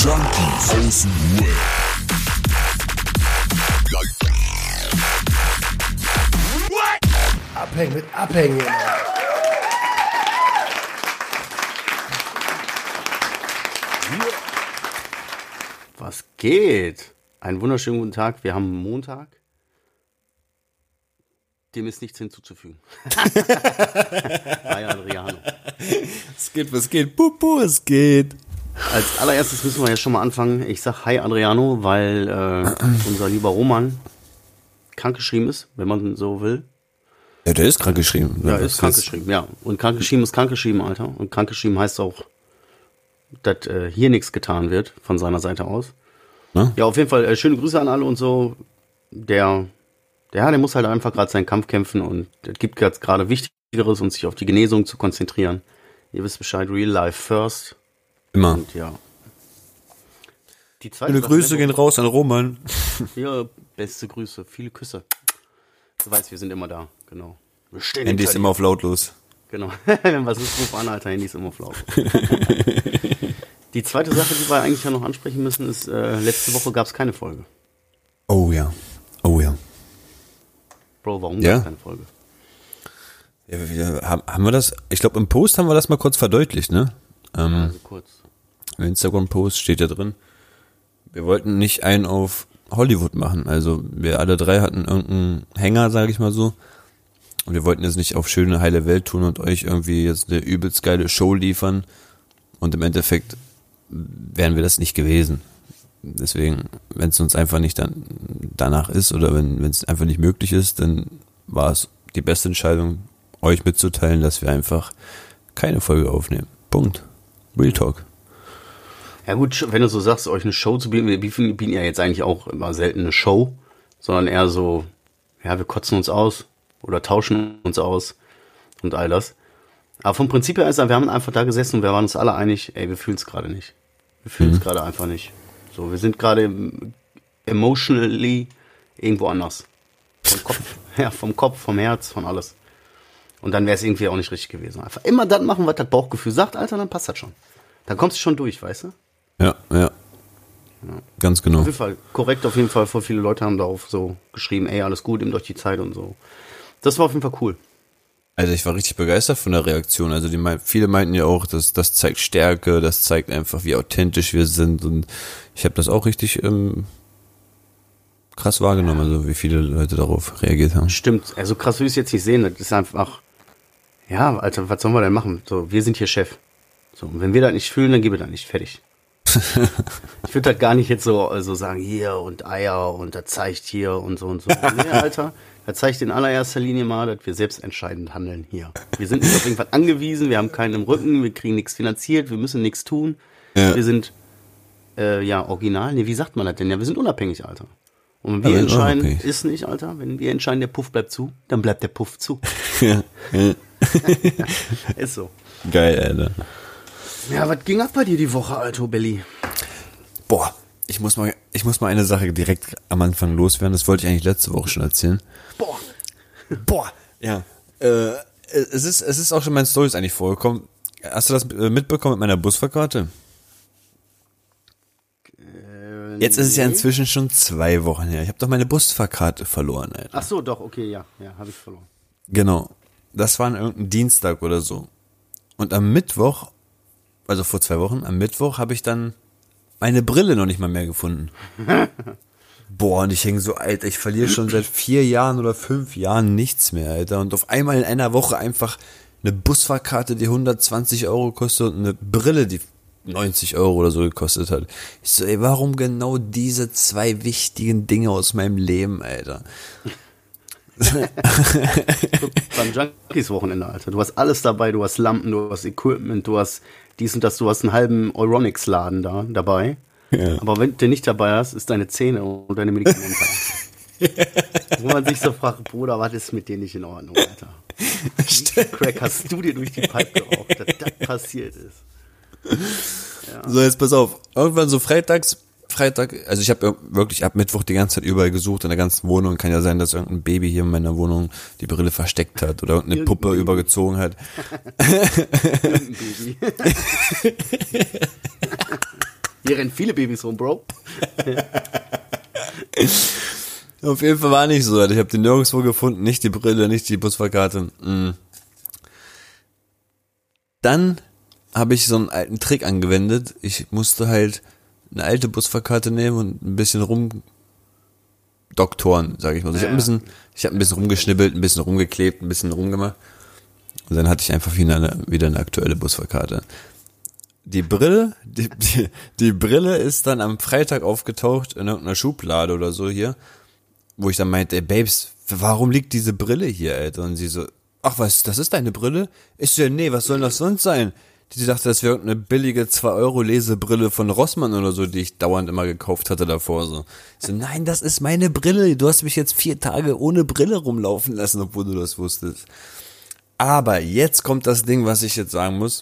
Junkies aus dem Web. Abhängen mit Abhängen. Was geht? Einen wunderschönen guten Tag. Wir haben Montag. Dem ist nichts hinzuzufügen. Hi Adriano. Was geht? Pupu, es geht. Als allererstes müssen wir ja schon mal anfangen. Ich sag Hi Adriano, weil unser lieber Roman krankgeschrieben ist, wenn man so will. Ja, der ist krankgeschrieben. Ja, ist krankgeschrieben, ja. Und krankgeschrieben ist krankgeschrieben, Alter. Und krankgeschrieben heißt auch, dass hier nichts getan wird von seiner Seite aus. Na? Ja, auf jeden Fall schöne Grüße an alle und so. Der muss halt einfach gerade seinen Kampf kämpfen und es gibt jetzt gerade Wichtigeres, um sich auf die Genesung zu konzentrieren. Ihr wisst Bescheid, real life first. Immer. Und ja. Die zweite Schöne Grüße gehen raus an Roman. Ja, beste Grüße, viele Küsse. Du weißt, wir sind immer da, genau. Wir stehen Handy ist hinter immer auf lautlos. dir. Genau. Wenn was ist, ruf an, Alter, Handy ist immer auf laut. Die zweite Sache, die wir eigentlich ja noch ansprechen müssen, ist, letzte Woche gab es keine Folge. Oh ja. Oh ja. Bro, warum Ja? gab es keine Folge? Ja, haben wir das? Ich glaube, im Post haben wir das mal kurz verdeutlicht, ne? Also kurz. Im Instagram-Post steht ja drin, wir wollten nicht einen auf Hollywood machen. Also wir alle drei hatten irgendeinen Hänger, sage ich mal so. Und wir wollten jetzt nicht auf schöne, heile Welt tun und euch irgendwie jetzt eine übelst geile Show liefern. Und im Endeffekt wären wir das nicht gewesen. Deswegen, wenn es uns einfach nicht dann danach ist oder wenn es einfach nicht möglich ist, dann war es die beste Entscheidung, euch mitzuteilen, dass wir einfach keine Folge aufnehmen. Punkt. Real Talk. Ja gut, wenn du so sagst, euch eine Show zu bieten, wir bieten ja jetzt eigentlich auch immer selten eine Show, sondern eher so, ja, wir kotzen uns aus oder tauschen uns aus und all das. Aber vom Prinzip her ist, wir haben einfach da gesessen und wir waren uns alle einig, ey, wir fühlen es gerade nicht. Wir fühlen es gerade einfach nicht. So, wir sind gerade emotionally irgendwo anders. Vom Kopf, ja, vom Kopf, vom Herz, von alles. Und dann wäre es irgendwie auch nicht richtig gewesen. Einfach immer das machen, was das Bauchgefühl sagt, Alter, dann passt das schon. Dann kommst du schon durch, weißt du? Ja. Ganz genau. Auf jeden Fall, korrekt auf jeden Fall. Voll viele Leute haben darauf so geschrieben, ey, alles gut, nehmt euch die Zeit und so. Das war auf jeden Fall cool. Also ich war richtig begeistert von der Reaktion. Also viele meinten ja auch, dass das zeigt Stärke, das zeigt einfach, wie authentisch wir sind. Und ich habe das auch richtig krass wahrgenommen, also wie viele Leute darauf reagiert haben. Stimmt, also krass will ich es jetzt nicht sehen. Das ist einfach, ja, Alter, was sollen wir denn machen? So, wir sind hier Chef. So, und wenn wir das nicht fühlen, dann geben wir das nicht. Fertig. Ich würde halt gar nicht jetzt so sagen, hier und Eier und das zeigt hier und so und so. Nee, Alter, das zeigt in allererster Linie mal, dass wir selbstentscheidend handeln hier. Wir sind nicht auf irgendwas angewiesen, wir haben keinen im Rücken, wir kriegen nichts finanziert, wir müssen nichts tun. Ja. Wir sind, original. Nee, wie sagt man das denn? Ja, wir sind unabhängig, Alter. Und wenn wir entscheiden, unabhängig. ist nicht, Alter, wenn wir entscheiden, der Puff bleibt zu, dann bleibt der Puff zu. Ja. Ist so. Geil, Alter. Ja, was ging ab bei dir die Woche, Alto Belly? Boah, ich muss mal eine Sache direkt am Anfang loswerden. Das wollte ich eigentlich letzte Woche schon erzählen. Boah, ja. Es ist auch schon in meinen Storys eigentlich vorgekommen. Hast du das mitbekommen mit meiner Busfahrkarte? Jetzt ist es ja inzwischen schon 2 Wochen her. Ich habe doch meine Busfahrkarte verloren, Alter. Ach so, doch, okay, ja, habe ich verloren. Genau. Das war an irgendeinem Dienstag oder so. Und am Mittwoch, also vor 2 Wochen, am Mittwoch habe ich dann meine Brille noch nicht mal mehr gefunden. Boah, und ich hänge so, Alter, ich verliere schon seit 4 Jahren oder 5 Jahren nichts mehr, Alter. Und auf einmal in einer Woche einfach eine Busfahrkarte, die 120 Euro kostet und eine Brille, die 90 Euro oder so gekostet hat. Ich so, ey, warum genau diese 2 wichtigen Dinge aus meinem Leben, Alter? Beim Junkies-Wochenende, Alter. Du hast alles dabei, du hast Lampen, du hast Equipment, du hast dies und das, du hast einen halben Euronics-Laden dabei. Ja. Aber wenn du nicht dabei hast, ist deine Zähne und deine Medikamente. Wo man sich so fragt, Bruder, was ist mit dir nicht in Ordnung, Alter? Wie viel Crack hast du dir durch die Pipe geraucht, dass das passiert ist? Ja. So, jetzt pass auf. Irgendwann so Freitag, also ich habe wirklich ab Mittwoch die ganze Zeit überall gesucht in der ganzen Wohnung. Kann ja sein, dass irgendein Baby hier in meiner Wohnung die Brille versteckt hat oder irgendeine Puppe übergezogen hat. Irgendein Baby. Hier rennen viele Babys rum, Bro. Auf jeden Fall war nicht so, Alter. Ich habe die nirgendwo gefunden, nicht die Brille, nicht die Busfahrkarte. Dann habe ich so einen alten Trick angewendet. Ich musste halt eine alte Busfahrkarte nehmen und ein bisschen rumdoktoren, sage ich mal. Also ich habe ein bisschen rumgeschnibbelt, ein bisschen rumgeklebt, ein bisschen rumgemacht. Und dann hatte ich einfach wieder eine aktuelle Busfahrkarte. Die Brille ist dann am Freitag aufgetaucht in irgendeiner Schublade oder so hier, wo ich dann meinte, ey Babes, warum liegt diese Brille hier, Alter? Und sie so, ach was, das ist deine Brille? Ich so, nee, was soll das sonst sein? Die dachte, das wäre irgendeine billige 2€ Lesebrille von Rossmann oder so, die ich dauernd immer gekauft hatte davor. So, nein, das ist meine Brille. Du hast mich jetzt 4 Tage ohne Brille rumlaufen lassen, obwohl du das wusstest. Aber jetzt kommt das Ding, was ich jetzt sagen muss.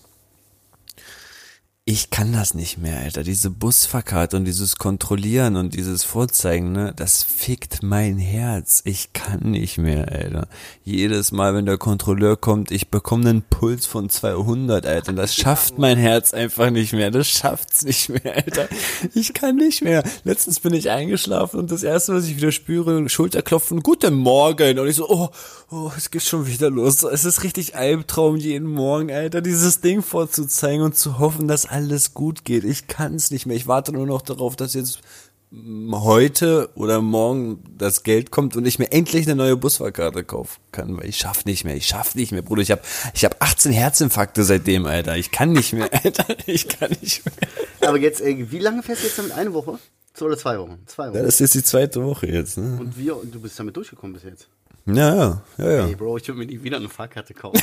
Ich kann das nicht mehr, Alter. Diese Busfahrkarte und dieses Kontrollieren und dieses Vorzeigen, ne, das fickt mein Herz. Ich kann nicht mehr, Alter. Jedes Mal, wenn der Kontrolleur kommt, ich bekomme einen Puls von 200, Alter. Und das schafft mein Herz einfach nicht mehr. Das schafft's nicht mehr, Alter. Ich kann nicht mehr. Letztens bin ich eingeschlafen und das erste, was ich wieder spüre, Schulterklopfen, guten Morgen. Und ich so, oh, es geht schon wieder los. Es ist richtig Albtraum jeden Morgen, Alter, dieses Ding vorzuzeigen und zu hoffen, dass alles gut geht. Ich kann es nicht mehr. Ich warte nur noch darauf, dass jetzt heute oder morgen das Geld kommt und ich mir endlich eine neue Busfahrkarte kaufen kann, weil ich schaff nicht mehr, Bruder. Ich hab 18 Herzinfarkte seitdem, Alter. Ich kann nicht mehr, Alter. Ich kann nicht mehr. Aber jetzt, wie lange fährst du jetzt damit? Eine Woche? 2 oder 2 Wochen? 2 Wochen. Ja, das ist jetzt die 2. Woche jetzt, ne? Und du bist damit durchgekommen bis jetzt? Ja. Ey, Bro, ich würde mir nie wieder eine Fahrkarte kaufen.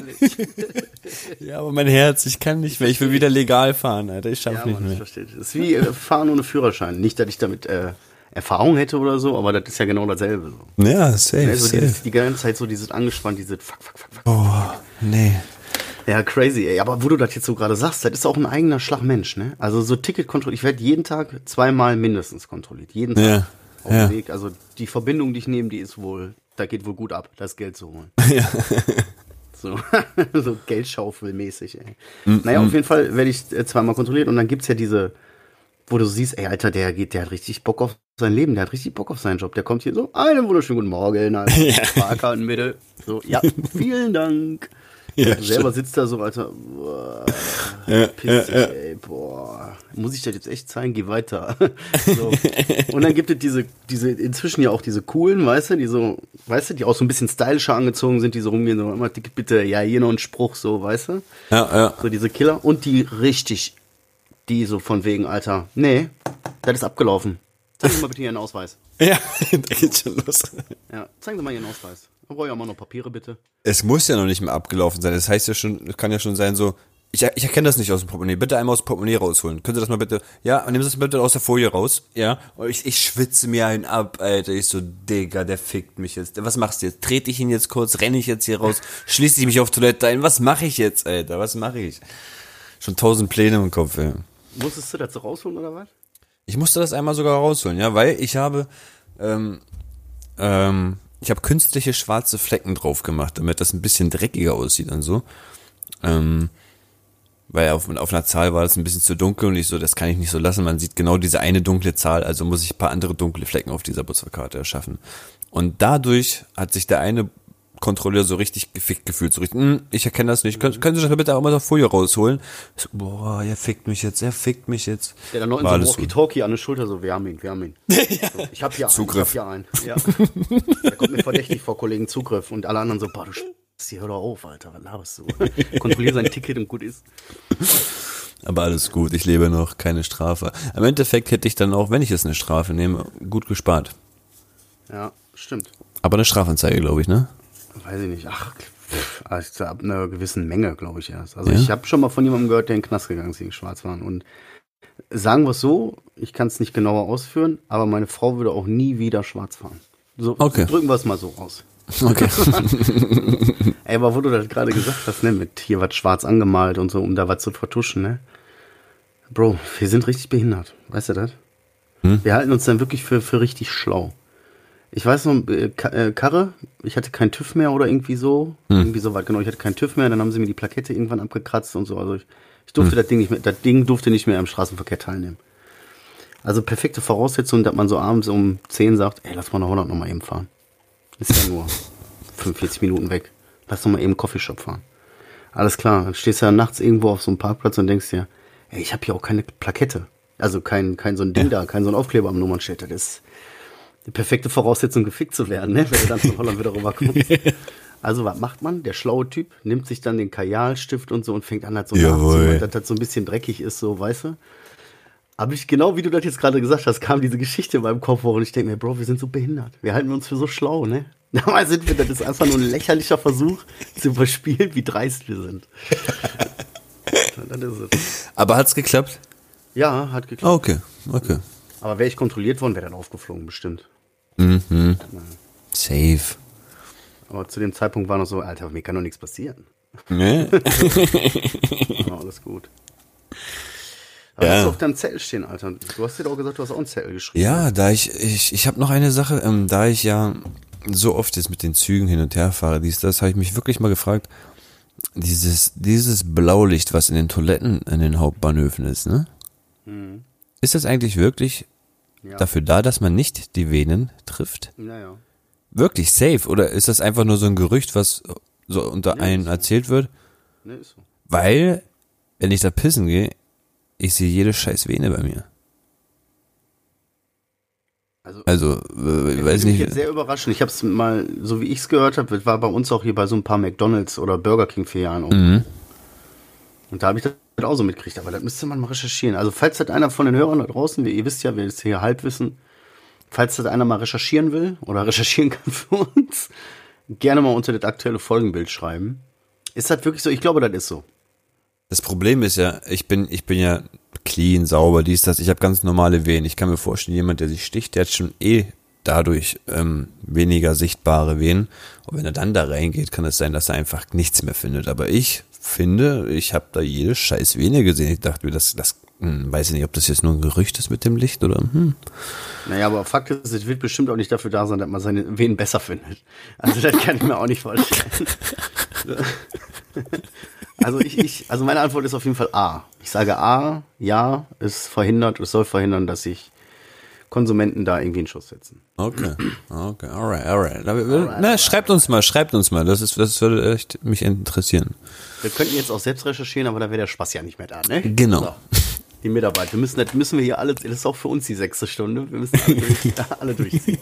Ja, aber mein Herz, ich kann nicht mehr. Ich will wieder legal fahren, Alter. Ich schaff nicht mehr. Ich verstehe. Das ist wie Fahren ohne Führerschein. Nicht, dass ich damit Erfahrung hätte oder so, aber das ist ja genau dasselbe. So. Ja, safe, also safe. Die ganze Zeit so dieses angespannt, dieses fuck. Oh, nee. Ja, crazy, ey. Aber wo du das jetzt so gerade sagst, das ist auch ein eigener Schlag Mensch, ne? Also so Ticketkontrolle. Ich werde jeden Tag 2-mal mindestens kontrolliert. Jeden Tag. Ja. Auf dem Weg. Also die Verbindung, die ich nehme, da geht wohl gut ab, das Geld zu holen. Ja. So Geldschaufelmäßig, ey. Naja, auf jeden Fall werde ich 2-mal kontrolliert und dann gibt's ja diese, wo du siehst, ey, Alter, der hat richtig Bock auf sein Leben, der hat richtig Bock auf seinen Job. Der kommt hier so, einen wunderschönen guten Morgen, also Fahrkarten bitte. So, ja, vielen Dank. Ja, du selber sitzt da so, Alter, boah, piss dich, ey, boah, muss ich das jetzt echt zeigen? Geh weiter. So. Und dann gibt es diese, inzwischen ja auch diese coolen, weißt du, die auch so ein bisschen stylischer angezogen sind, die so rumgehen, so, immer bitte, ja, hier noch ein Spruch, so, weißt du? Ja. So diese Killer und die so von wegen, Alter, nee, das ist abgelaufen. Zeigen Sie mal bitte Ihren Ausweis. Ja, da geht's schon los. Ja, zeigen Sie mal Ihren Ausweis. Dann brauche ich auch mal noch Papiere, bitte. Es muss ja noch nicht mehr abgelaufen sein. Das heißt ja schon, es kann ja schon sein so, ich erkenne das nicht aus dem Portemonnaie. Bitte einmal aus dem Portemonnaie rausholen. Können Sie das mal bitte, ja, nehmen Sie das bitte aus der Folie raus. Ja. Und ich schwitze mir einen ab, Alter. Ich so, Digga, der fickt mich jetzt. Was machst du jetzt? Trete ich ihn jetzt kurz? Renne ich jetzt hier raus? Schließe ich mich auf Toilette ein? Was mache ich jetzt, Alter? Was mache ich? Schon 1000 Pläne im Kopf, ey. Musstest du das so rausholen, oder was? Ich musste das einmal sogar rausholen, ja, weil ich habe, ich habe künstliche schwarze Flecken drauf gemacht, damit das ein bisschen dreckiger aussieht und so. Weil auf einer Zahl war das ein bisschen zu dunkel und ich so, das kann ich nicht so lassen. Man sieht genau diese eine dunkle Zahl, also muss ich ein paar andere dunkle Flecken auf dieser Busfahrkarte erschaffen. Und dadurch hat sich der eine Kontrolleur so richtig gefickt gefühlt, so richtig, ich erkenne das nicht, können Sie das bitte auch mal auf Folie rausholen? So, boah, er fickt mich jetzt. Der dann noch in so einem Walkie-Talkie an der Schulter so, wir haben ihn. Ja. So, ich hab hier Zugriff. einen. Ja. Der kommt mir verdächtig vor, Kollegen, Zugriff. Und alle anderen so, boah, du hör doch auf, Alter, was laberst du? Kontrollier sein Ticket und gut ist. Aber alles gut, ich lebe noch, keine Strafe. Im Endeffekt hätte ich dann auch, wenn ich jetzt eine Strafe nehme, gut gespart. Ja, stimmt. Aber eine Strafanzeige, glaube ich, ne? Weiß ich nicht. Also ab einer gewissen Menge, glaube ich erst. Also ich habe schon mal von jemandem gehört, der in den Knast gegangen ist wegen Schwarzfahren. Und sagen wir es so, ich kann es nicht genauer ausführen, aber meine Frau würde auch nie wieder schwarz fahren. So, okay. Drücken wir es mal so aus. Okay. Ey, aber wo du das gerade gesagt hast, ne, mit hier was schwarz angemalt und so, um da was zu vertuschen, ne? Bro, wir sind richtig behindert. Weißt du das? Wir halten uns dann wirklich für richtig schlau. Ich weiß noch, Karre, ich hatte keinen TÜV mehr oder irgendwie so. Irgendwie so weit, genau, ich hatte keinen TÜV mehr, dann haben sie mir die Plakette irgendwann abgekratzt und so. Also ich durfte das Ding nicht mehr, das Ding durfte nicht mehr am Straßenverkehr teilnehmen. Also perfekte Voraussetzung, dass man so abends um 10 sagt, ey, lass mal nach Holland noch mal eben fahren. Ist ja nur 45 Minuten weg. Lass noch mal eben einen Coffeeshop fahren. Alles klar, dann stehst du ja nachts irgendwo auf so einem Parkplatz und denkst dir, ey, ich habe hier auch keine Plakette. Also kein so ein Ding da, kein so ein Aufkleber am Nummernschild. Das ist die perfekte Voraussetzung, gefickt zu werden, ne? Wenn du dann von Holland wieder rüberkommst. Also was macht man? Der schlaue Typ nimmt sich dann den Kajalstift und so und fängt an, halt so nachzumachen, dass das so ein bisschen dreckig ist, so, weißt du? Aber ich, genau wie du das jetzt gerade gesagt hast, kam diese Geschichte in meinem Kopf hoch und ich denke mir, Bro, wir sind so behindert. Wir halten uns für so schlau, ne? Dabei sind wir, das ist einfach nur ein lächerlicher Versuch, zu überspielen, wie dreist wir sind. Das ist es. Aber hat's geklappt? Ja, hat geklappt. Ah, okay. Aber wäre ich kontrolliert worden, wäre dann aufgeflogen, bestimmt. Safe. Aber zu dem Zeitpunkt war noch so, Alter, mir kann doch nichts passieren. Ne? Ja, alles gut. Aber Ja. was ist auf deinem Zettel stehen, Alter? Du hast dir doch gesagt, du hast auch einen Zettel geschrieben. Ja, da ich habe noch eine Sache, da ich ja so oft jetzt mit den Zügen hin und her fahre, das habe ich mich wirklich mal gefragt, dieses Blaulicht, was in den Toiletten in den Hauptbahnhöfen ist, ne? Ist das eigentlich wirklich Ja. dafür da, dass man nicht die Venen trifft? Naja. Wirklich safe? Oder ist das einfach nur so ein Gerücht, was so unter einen erzählt wird? Ne, ist so. Weil, wenn ich da pissen gehe, ich sehe jede scheiß Vene bei mir. Also, ich weiß Das mich nicht. jetzt sehr überraschend. Ich habe es mal, so wie ich es gehört habe, war bei uns auch hier bei so ein paar McDonalds oder Burger King Filialen. Und da habe ich das auch so mitgekriegt. Aber das müsste man mal recherchieren. Also falls das einer von den Hörern da draußen, ihr wisst ja, wir jetzt hier halb wissen, falls das einer mal recherchieren will oder recherchieren kann für uns, gerne mal unter das aktuelle Folgenbild schreiben. Ist das wirklich so? Ich glaube, das ist so. Das Problem ist ja, ich bin ja clean, sauber, das. Ich habe ganz normale Venen. Ich kann mir vorstellen, jemand, der sich sticht, der hat schon dadurch weniger sichtbare Venen. Und wenn er dann da reingeht, kann es sein, dass er einfach nichts mehr findet. Aber ich finde, ich habe da jede scheiß Vene gesehen. Ich dachte mir, das weiß ich nicht, ob das jetzt nur ein Gerücht ist mit dem Licht oder Naja, aber Fakt ist, es wird bestimmt auch nicht dafür da sein, dass man seine Venen besser findet. Also das kann ich mir auch nicht vorstellen. Also meine Antwort ist auf jeden Fall A. Ich sage A, ja, es soll verhindern, dass sich Konsumenten da irgendwie einen Schuss setzen. Okay, alright. Na, schreibt uns mal. Das würde echt mich interessieren. Wir könnten jetzt auch selbst recherchieren, aber da wäre der Spaß ja nicht mehr da, ne? Genau. So, die Mitarbeit. Das müssen wir hier alle, das ist auch für uns die 6. Stunde. Wir müssen alle durchziehen.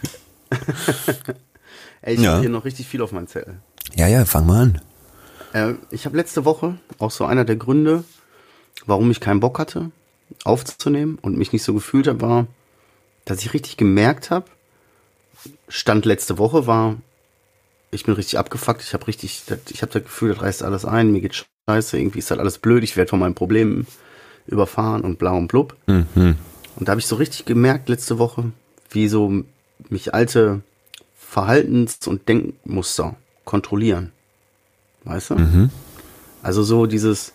Ey, ich habe hier noch richtig viel auf meinem Zettel. Ja, fang mal an. Ich habe letzte Woche auch so einer der Gründe, warum ich keinen Bock hatte, aufzunehmen und mich nicht so gefühlt habe, war, dass ich richtig gemerkt habe, Stand letzte Woche war, ich bin richtig abgefuckt, ich habe das Gefühl, das reißt alles ein, mir geht scheiße, irgendwie ist das alles blöd, ich werde von meinen Problemen überfahren und bla und blub. Und da habe ich so richtig gemerkt letzte Woche, wie so mich alte Verhaltens- und Denkmuster kontrollieren. Weißt du? Also so dieses,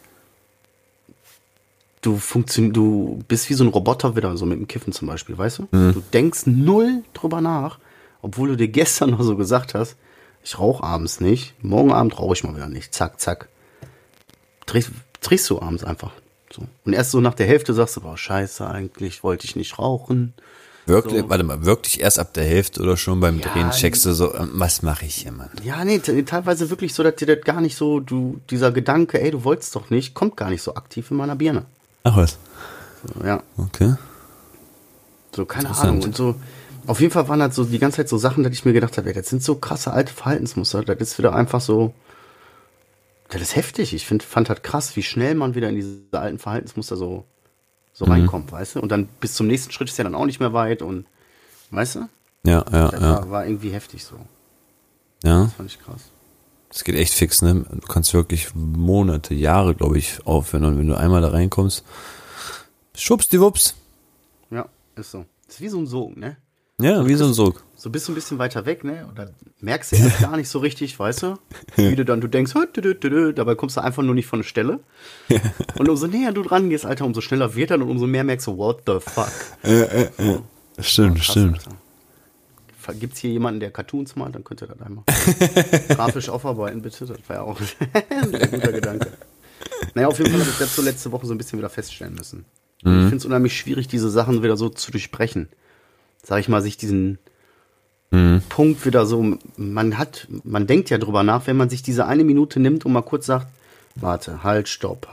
du bist wie so ein Roboter wieder, so mit dem Kiffen zum Beispiel, weißt du? Du denkst null drüber nach, obwohl du dir gestern noch so gesagt hast, ich rauche abends nicht, morgen Abend rauche ich mal wieder nicht, zack, zack. Trichst du abends einfach. So. Und erst so nach der Hälfte sagst du, boah, scheiße, eigentlich wollte ich nicht rauchen. Wirklich, So. warte mal, wirklich erst ab der Hälfte oder schon beim Ja, Drehen checkst du so, was mache ich hier, Mann? Ja, nee, teilweise wirklich so, dass dir das gar nicht so, dieser Gedanke, ey, du wolltest doch nicht, kommt gar nicht so aktiv in meiner Birne. Ach was. So, ja, Okay. so, keine Interessant. Ahnung. Und so, auf jeden Fall waren das so die ganze Zeit so Sachen, dass ich mir gedacht habe, ey, das sind so krasse alte Verhaltensmuster, das ist wieder einfach so, das ist heftig. Ich fand halt krass, wie schnell man wieder in diese alten Verhaltensmuster so reinkommt, weißt du? Und dann bis zum nächsten Schritt ist ja dann auch nicht mehr weit und, weißt du? Ja. Das war irgendwie heftig so. Ja, Das fand ich krass. das geht echt fix, ne? Du kannst wirklich Monate, Jahre, glaube ich, aufhören und wenn du einmal da reinkommst, schwuppsdiwupps. Ja, ist so. Das ist wie so ein Sog, ne? Ja, wie so ein Sog. So bist du ein bisschen weiter weg, ne? Und dann merkst du erst gar nicht so richtig, weißt du? Wie du denkst, dabei kommst du einfach nur nicht von der Stelle. Und umso näher du dran gehst, Alter, umso schneller wird er und umso mehr merkst du, what the fuck. Stimmt, Krass, stimmt. Alter. Gibt's hier jemanden, der Cartoons malt, dann könnt ihr das einmal grafisch aufarbeiten, bitte. Das war ja auch ein guter Gedanke. Naja, auf jeden Fall habe ich das so letzte Woche so ein bisschen wieder feststellen müssen. Ich finde es unheimlich schwierig, diese Sachen wieder so zu durchbrechen. Sag ich mal, sich diesen Punkt wieder so, man denkt ja drüber nach, wenn man sich diese 1 Minute nimmt und mal kurz sagt, warte, halt, stopp.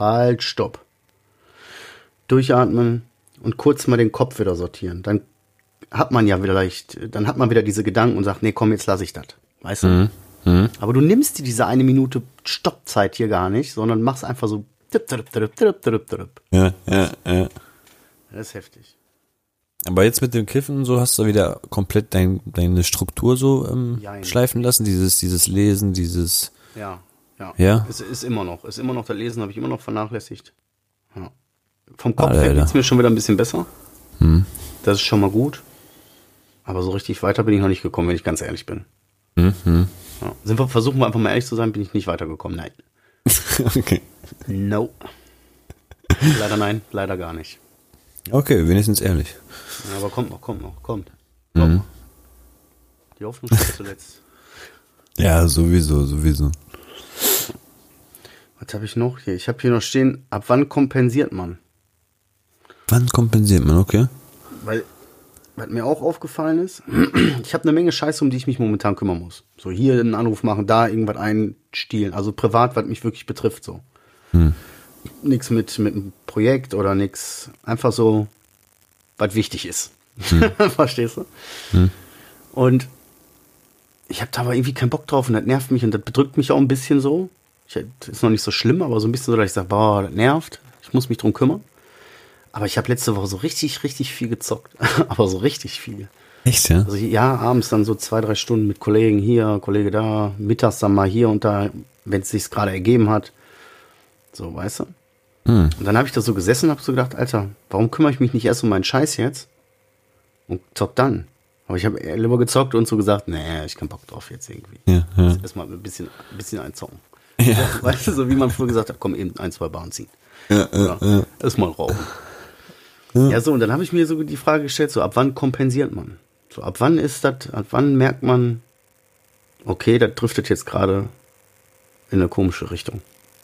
Durchatmen und kurz mal den Kopf wieder sortieren. Dann hat man wieder diese Gedanken und sagt, nee, komm, jetzt lasse ich das. Weißt du? Aber du nimmst dir diese 1 Minute Stoppzeit hier gar nicht, sondern machst einfach so. Ja. Das ist heftig. Aber jetzt mit dem Kiffen so hast du wieder komplett deine Struktur so schleifen lassen, dieses Lesen, dieses... Ja. Ja? Es ist immer noch das Lesen habe ich immer noch vernachlässigt. Ja. Vom Kopf her geht es mir schon wieder ein bisschen besser. Das ist schon mal gut. Aber so richtig weiter bin ich noch nicht gekommen, wenn ich ganz ehrlich bin. Ja. Versuchen wir einfach mal ehrlich zu sein, bin ich nicht weitergekommen. Nein. Okay. No. Leider nein, leider gar nicht. Okay, wenigstens ehrlich. Ja, aber kommt noch. Die Hoffnung steht zuletzt. Ja, sowieso. Was habe ich noch hier? Ich habe hier noch stehen, ab wann kompensiert man? Wann kompensiert man, okay? Weil, was mir auch aufgefallen ist, ich habe eine Menge Scheiße, um die ich mich momentan kümmern muss. So hier einen Anruf machen, da irgendwas einstielen. Also privat, was mich wirklich betrifft, so. Nichts mit einem Projekt oder nichts. Einfach so, was wichtig ist. Verstehst du? Und ich habe da aber irgendwie keinen Bock drauf und das nervt mich und das bedrückt mich auch ein bisschen so. Ist noch nicht so schlimm, aber so ein bisschen so, dass ich sage, boah, das nervt. Ich muss mich drum kümmern. Aber ich habe letzte Woche so richtig viel gezockt. Aber so richtig viel. Echt, ja? Also ja, abends dann so 2-3 Stunden mit Kollegen hier, Kollege da, mittags dann mal hier und da, wenn es sich gerade ergeben hat. So, weißt du? Und dann habe ich da so gesessen und habe so gedacht, Alter, warum kümmere ich mich nicht erst um meinen Scheiß jetzt und zock dann? Aber ich habe lieber gezockt und so gesagt, nee, ich hab keinen Bock drauf jetzt irgendwie. Ja. Erstmal ein bisschen einzocken. Ja. Weißt du, so wie man früher gesagt hat, komm, eben 1-2 Bahnen ziehen. Ja. Erstmal rauchen. Ja, so, und dann habe ich mir so die Frage gestellt, so ab wann kompensiert man? So, ab wann merkt man, okay, das driftet jetzt gerade in eine komische Richtung.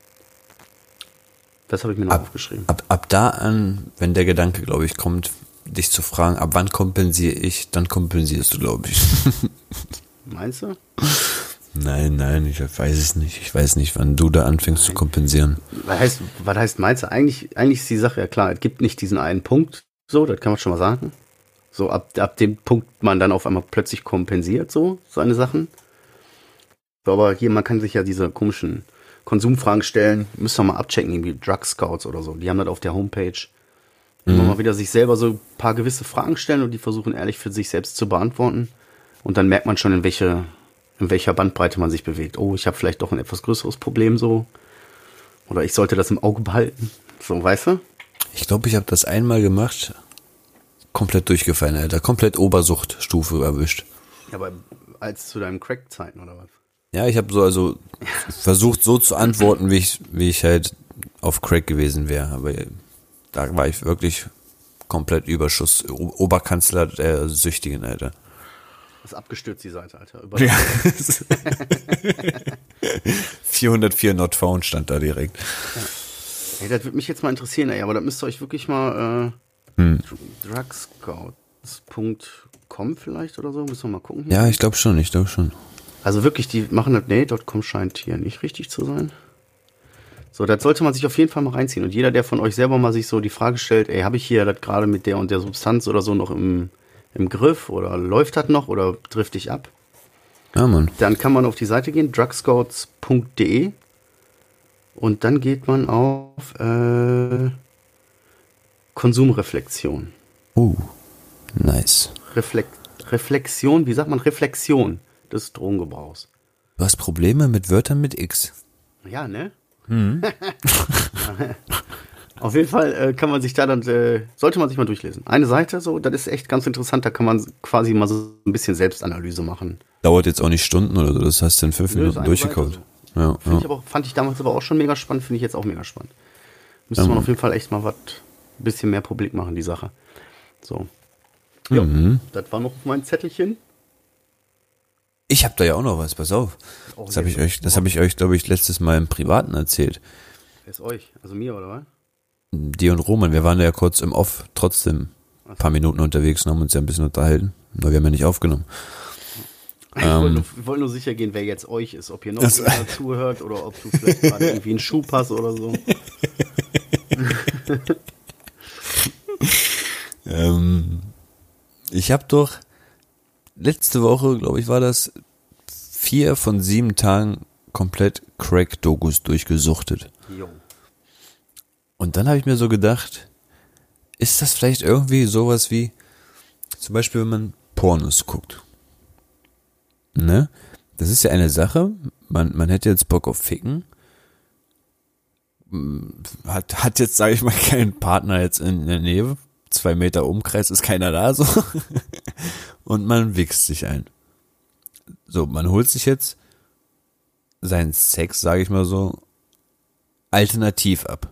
Das habe ich mir noch aufgeschrieben. Ab da an, wenn der Gedanke, glaube ich, kommt, dich zu fragen, ab wann kompensiere ich, dann kompensierst du, glaube ich. Meinst du? Nein, ich weiß es nicht. Ich weiß nicht, wann du da anfängst zu kompensieren. Was heißt meinst du? Eigentlich ist die Sache ja klar, es gibt nicht diesen einen Punkt, so, das kann man schon mal sagen. So, ab dem Punkt man dann auf einmal plötzlich kompensiert, so eine Sachen. So, aber hier, man kann sich ja diese komischen Konsumfragen stellen, müsst ihr mal abchecken, irgendwie Drug Scouts oder so. Die haben das auf der Homepage. Immer mal wieder sich selber so ein paar gewisse Fragen stellen und die versuchen ehrlich für sich selbst zu beantworten. Und dann merkt man schon, in welcher Bandbreite man sich bewegt. Oh, ich habe vielleicht doch ein etwas größeres Problem so. Oder ich sollte das im Auge behalten. So, weißt du? Ich glaube, ich habe das einmal gemacht. Komplett durchgefallen, Alter. Komplett Obersuchtstufe erwischt. Ja, aber als zu deinen Crack-Zeiten oder was? Ja, ich habe versucht so zu antworten, wie ich halt auf Crack gewesen wäre. Aber da war ich wirklich komplett Überschuss. Oberkanzler der Süchtigen, Alter. Das ist abgestürzt, die Seite, Alter. Ja. 404 not found stand da direkt. Ja. Hey, das würde mich jetzt mal interessieren, ey, aber da müsst ihr euch wirklich mal drugscouts.com vielleicht oder so, müssen wir mal gucken. Hier. Ja, ich glaube schon. Also wirklich, die machen das, .com scheint hier nicht richtig zu sein. So, das sollte man sich auf jeden Fall mal reinziehen. Und jeder, der von euch selber mal sich so die Frage stellt, ey, habe ich hier das gerade mit der und der Substanz oder so noch im Griff oder läuft das noch oder trifft dich ab? Ja, Mann. Dann kann man auf die Seite gehen, drugscouts.de und dann geht man auf Konsumreflexion. Nice. Reflexion, wie sagt man? Reflexion des Drogengebrauchs. Du hast Probleme mit Wörtern mit X. Ja, ne? Auf jeden Fall kann man sich da dann, sollte man sich mal durchlesen. Eine Seite, so, das ist echt ganz interessant, da kann man quasi mal so ein bisschen Selbstanalyse machen. Dauert jetzt auch nicht Stunden oder so, das hast du in 5 Minuten durchgekaut. So. Ja. Fand ich damals aber auch schon mega spannend, finde ich jetzt auch mega spannend. Müsste man auf jeden Fall echt mal ein bisschen mehr publik machen, die Sache. So. Ja, das war noch mein Zettelchen. Ich habe da ja auch noch was, pass auf. Das habe ich euch, glaube ich, letztes Mal im Privaten erzählt. Wer ist euch? Also mir, oder was? Die und Roman, wir waren ja kurz im Off trotzdem ein paar Minuten unterwegs und haben uns ja ein bisschen unterhalten, aber wir haben ja nicht aufgenommen. Ich wollte nur sicher gehen, wer jetzt euch ist, ob hier noch jemand zuhört oder ob du vielleicht gerade irgendwie einen Schuh hast oder so. Ich habe doch letzte Woche, glaube ich, war das 4 von 7 Tagen komplett Crack-Dokus durchgesuchtet. Jo. Und dann habe ich mir so gedacht, ist das vielleicht irgendwie sowas wie, zum Beispiel, wenn man Pornos guckt. Ne? Das ist ja eine Sache, man hätte jetzt Bock auf Ficken, hat jetzt, sage ich mal, keinen Partner jetzt in der Nähe, 2 Meter Umkreis ist keiner da, so. Und man wichst sich ein. So, man holt sich jetzt seinen Sex, sage ich mal so, alternativ ab.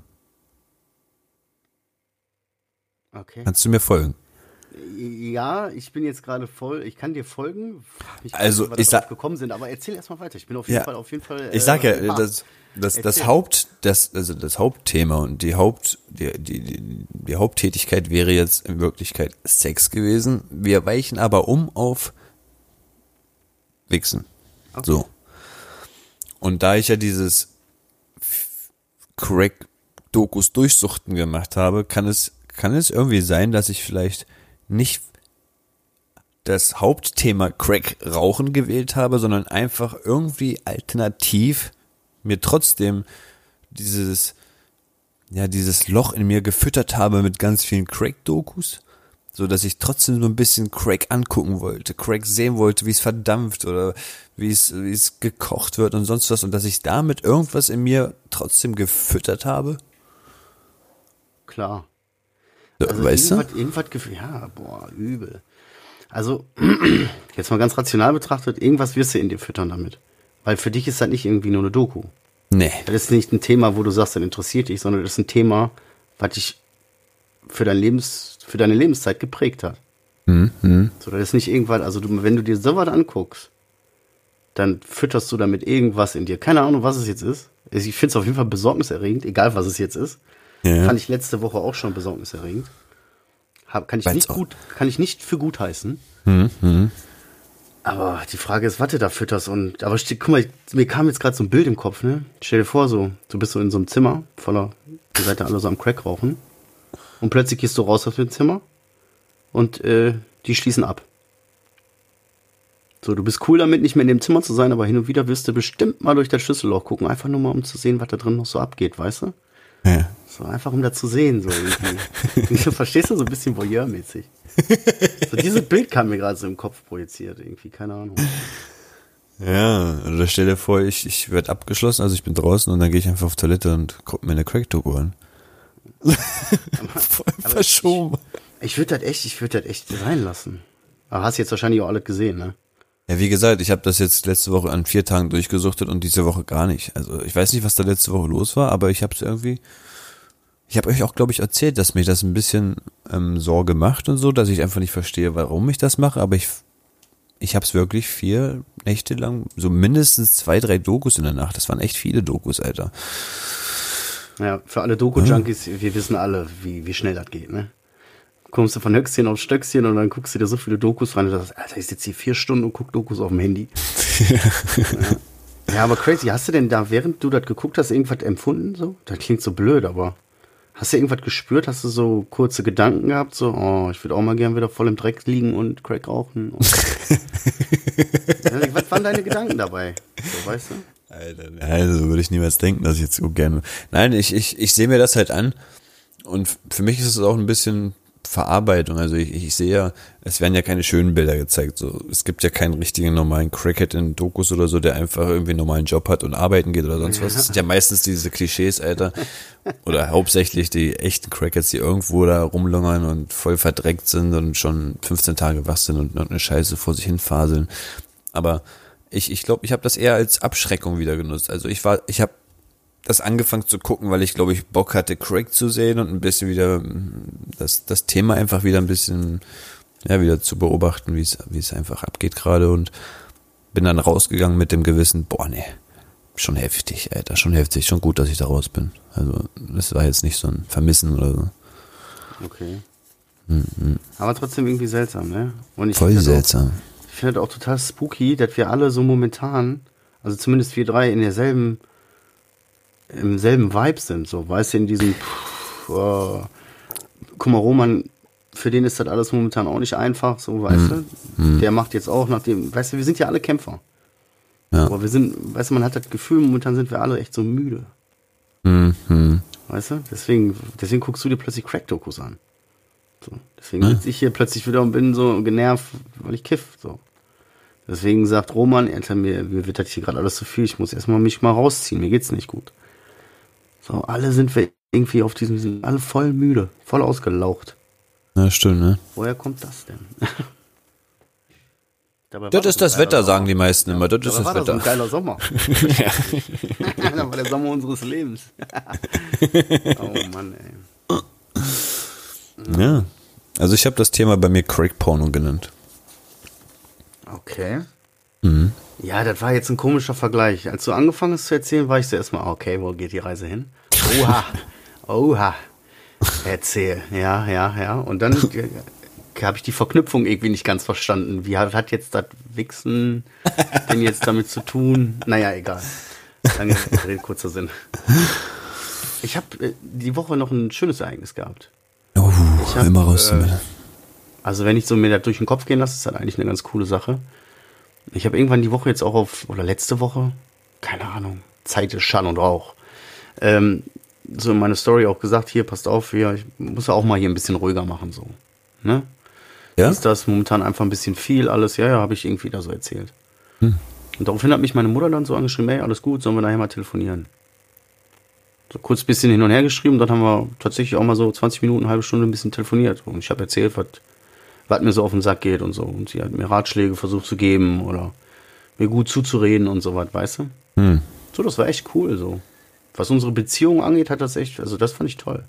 Okay. Kannst du mir folgen? Ja, ich bin jetzt gerade voll, ich kann dir folgen. Also, ich sag, gekommen sind, aber erzähl erstmal weiter. Ich bin auf jeden Fall. Ich sag ja, das Hauptthema und die Haupttätigkeit wäre jetzt in Wirklichkeit Sex gewesen. Wir weichen aber auf Wichsen. Okay. So. Und da ich ja dieses Crack-Dokus durchsuchten gemacht habe, kann es irgendwie sein, dass ich vielleicht nicht das Hauptthema Crack-Rauchen gewählt habe, sondern einfach irgendwie alternativ mir trotzdem dieses Loch in mir gefüttert habe mit ganz vielen Crack-Dokus, so dass ich trotzdem so ein bisschen Crack angucken wollte, Crack sehen wollte, wie es verdampft oder wie es gekocht wird und sonst was und dass ich damit irgendwas in mir trotzdem gefüttert habe. Klar. Also weißt du? Irgendwas ja, boah, übel. Also, jetzt mal ganz rational betrachtet, irgendwas wirst du in dir füttern damit. Weil für dich ist das nicht irgendwie nur eine Doku. Nee. Das ist nicht ein Thema, wo du sagst, das interessiert dich, sondern das ist ein Thema, was dich für deine Lebenszeit geprägt hat. Mhm. So, das ist nicht irgendwas, also wenn du dir sowas anguckst, dann fütterst du damit irgendwas in dir. Keine Ahnung, was es jetzt ist. Ich finde es auf jeden Fall besorgniserregend, egal was es jetzt ist. Ja. Fand ich letzte Woche auch schon besorgniserregend. Kann ich nicht für gut heißen. Aber die Frage ist, was du da fütterst. Aber guck mal, mir kam jetzt gerade so ein Bild im Kopf, ne? Stell dir vor, so, du bist so in so einem Zimmer ihr seid da alle so am Crack rauchen. Und plötzlich gehst du raus aus dem Zimmer und die schließen ab. So, du bist cool damit, nicht mehr in dem Zimmer zu sein, aber hin und wieder wirst du bestimmt mal durch das Schlüsselloch gucken, einfach nur mal, um zu sehen, was da drin noch so abgeht, weißt du? Ja. So, einfach um da zu sehen, so irgendwie. Verstehst du, so ein bisschen Voyeur-mäßig. So, dieses Bild kam mir gerade so im Kopf projiziert, irgendwie, keine Ahnung. Ja, oder stell dir vor, ich werde abgeschlossen, also ich bin draußen und dann gehe ich einfach auf Toilette und gucke mir eine Crack-Doku an. Voll verschoben. Ich würde das echt sein lassen. Aber hast jetzt wahrscheinlich auch alles gesehen, ne? Ja, wie gesagt, ich habe das jetzt letzte Woche an 4 Tagen durchgesuchtet und diese Woche gar nicht. Also ich weiß nicht, was da letzte Woche los war, aber ich habe euch auch, glaube ich, erzählt, dass mich das ein bisschen Sorge macht und so, dass ich einfach nicht verstehe, warum ich das mache, aber ich habe es wirklich 4 Nächte lang, so mindestens 2, 3 Dokus in der Nacht. Das waren echt viele Dokus, Alter. Ja, für alle Doku-Junkies, wir wissen alle, wie schnell das geht, ne? Kommst du von Höchstchen auf Stöckchen und dann guckst du dir so viele Dokus rein und sagst, Alter, ich sitze hier 4 Stunden und guck Dokus auf dem Handy. Ja, aber crazy, hast du denn da, während du das geguckt hast, irgendwas empfunden? So? Das klingt so blöd, aber hast du irgendwas gespürt? Hast du so kurze Gedanken gehabt? So, oh, ich würde auch mal gern wieder voll im Dreck liegen und Crack rauchen. Und was waren deine Gedanken dabei? So, weißt du? Alter, also würde ich niemals denken, dass ich jetzt so gerne... Nein, ich sehe mir das halt an und für mich ist es auch ein bisschen Verarbeitung. Also ich sehe ja, es werden ja keine schönen Bilder gezeigt. So, es gibt ja keinen richtigen normalen Crackhead in Dokus oder so, der einfach irgendwie einen normalen Job hat und arbeiten geht oder sonst was. Das sind ja meistens diese Klischees, Alter. Oder hauptsächlich die echten Crackheads, die irgendwo da rumlungern und voll verdreckt sind und schon 15 Tage wach sind und eine Scheiße vor sich hin faseln. Aber ich glaube, ich habe das eher als Abschreckung wieder genutzt. Also ich habe das angefangen zu gucken, weil ich, glaube ich, Bock hatte, Crack zu sehen und ein bisschen wieder das Thema einfach wieder ein bisschen, ja, wieder zu beobachten, wie es einfach abgeht gerade und bin dann rausgegangen mit dem Gewissen, boah, nee, schon heftig, Alter, schon heftig, schon gut, dass ich da raus bin. Also, das war jetzt nicht so ein Vermissen oder so. Okay. Aber trotzdem irgendwie seltsam, ne? Und ich Voll seltsam. Ich finde das auch total spooky, dass wir alle so momentan, also zumindest wir drei im selben Vibe sind, so, weißt du, in diesem, guck mal, Roman, für den ist das alles momentan auch nicht einfach, so, weißt du, der macht jetzt auch weißt du, wir sind ja alle Kämpfer. Ja. Aber weißt du, man hat das Gefühl, momentan sind wir alle echt so müde. Weißt du, deswegen guckst du dir plötzlich Crack-Dokus an. So. Deswegen sitze ich hier plötzlich wieder und bin so genervt, weil ich kiff, so. Deswegen sagt Roman, mir wird das hier gerade alles zu viel, ich muss erstmal mich mal rausziehen, mir geht's nicht gut. So, alle sind wir irgendwie auf wir sind alle voll müde, voll ausgelaucht. Ja, stimmt, ne? Woher kommt das denn? Das ist das Wetter, sagen die meisten immer. Das ist das Wetter. Das war so ein geiler Sommer. Das war der Sommer unseres Lebens. Oh Mann, ey. Ja. Also ich habe das Thema bei mir Crack-Porno genannt. Okay. Ja, das war jetzt ein komischer Vergleich. Als du angefangen hast zu erzählen, war ich so erstmal, okay, wo geht die Reise hin? Oha. Erzähl. Ja. Und dann habe ich die Verknüpfung irgendwie nicht ganz verstanden. Wie hat jetzt das Wichsen denn jetzt damit zu tun? Naja, egal. Lange Rede, kurzer Sinn. Ich habe die Woche noch ein schönes Ereignis gehabt. Immer raus damit. Also wenn ich so mir das durch den Kopf gehen lasse, ist das eigentlich eine ganz coole Sache. Ich habe irgendwann die Woche jetzt auch oder letzte Woche, keine Ahnung, Zeit ist Schall und Rauch, so in meine Story auch gesagt, hier, passt auf, ich muss ja auch mal hier ein bisschen ruhiger machen, so. Ne? Ja? Ist das momentan einfach ein bisschen viel alles? Ja, habe ich irgendwie da so erzählt. Und daraufhin hat mich meine Mutter dann so angeschrieben, hey, alles gut, sollen wir nachher mal telefonieren? So kurz ein bisschen hin und her geschrieben, dann haben wir tatsächlich auch mal so 20 Minuten, eine halbe Stunde ein bisschen telefoniert. Und ich habe erzählt, was mir so auf den Sack geht und so. Und sie hat mir Ratschläge versucht zu geben oder mir gut zuzureden und so was, weißt du? So, das war echt cool, so. Was unsere Beziehung angeht, hat das echt, also das fand ich toll.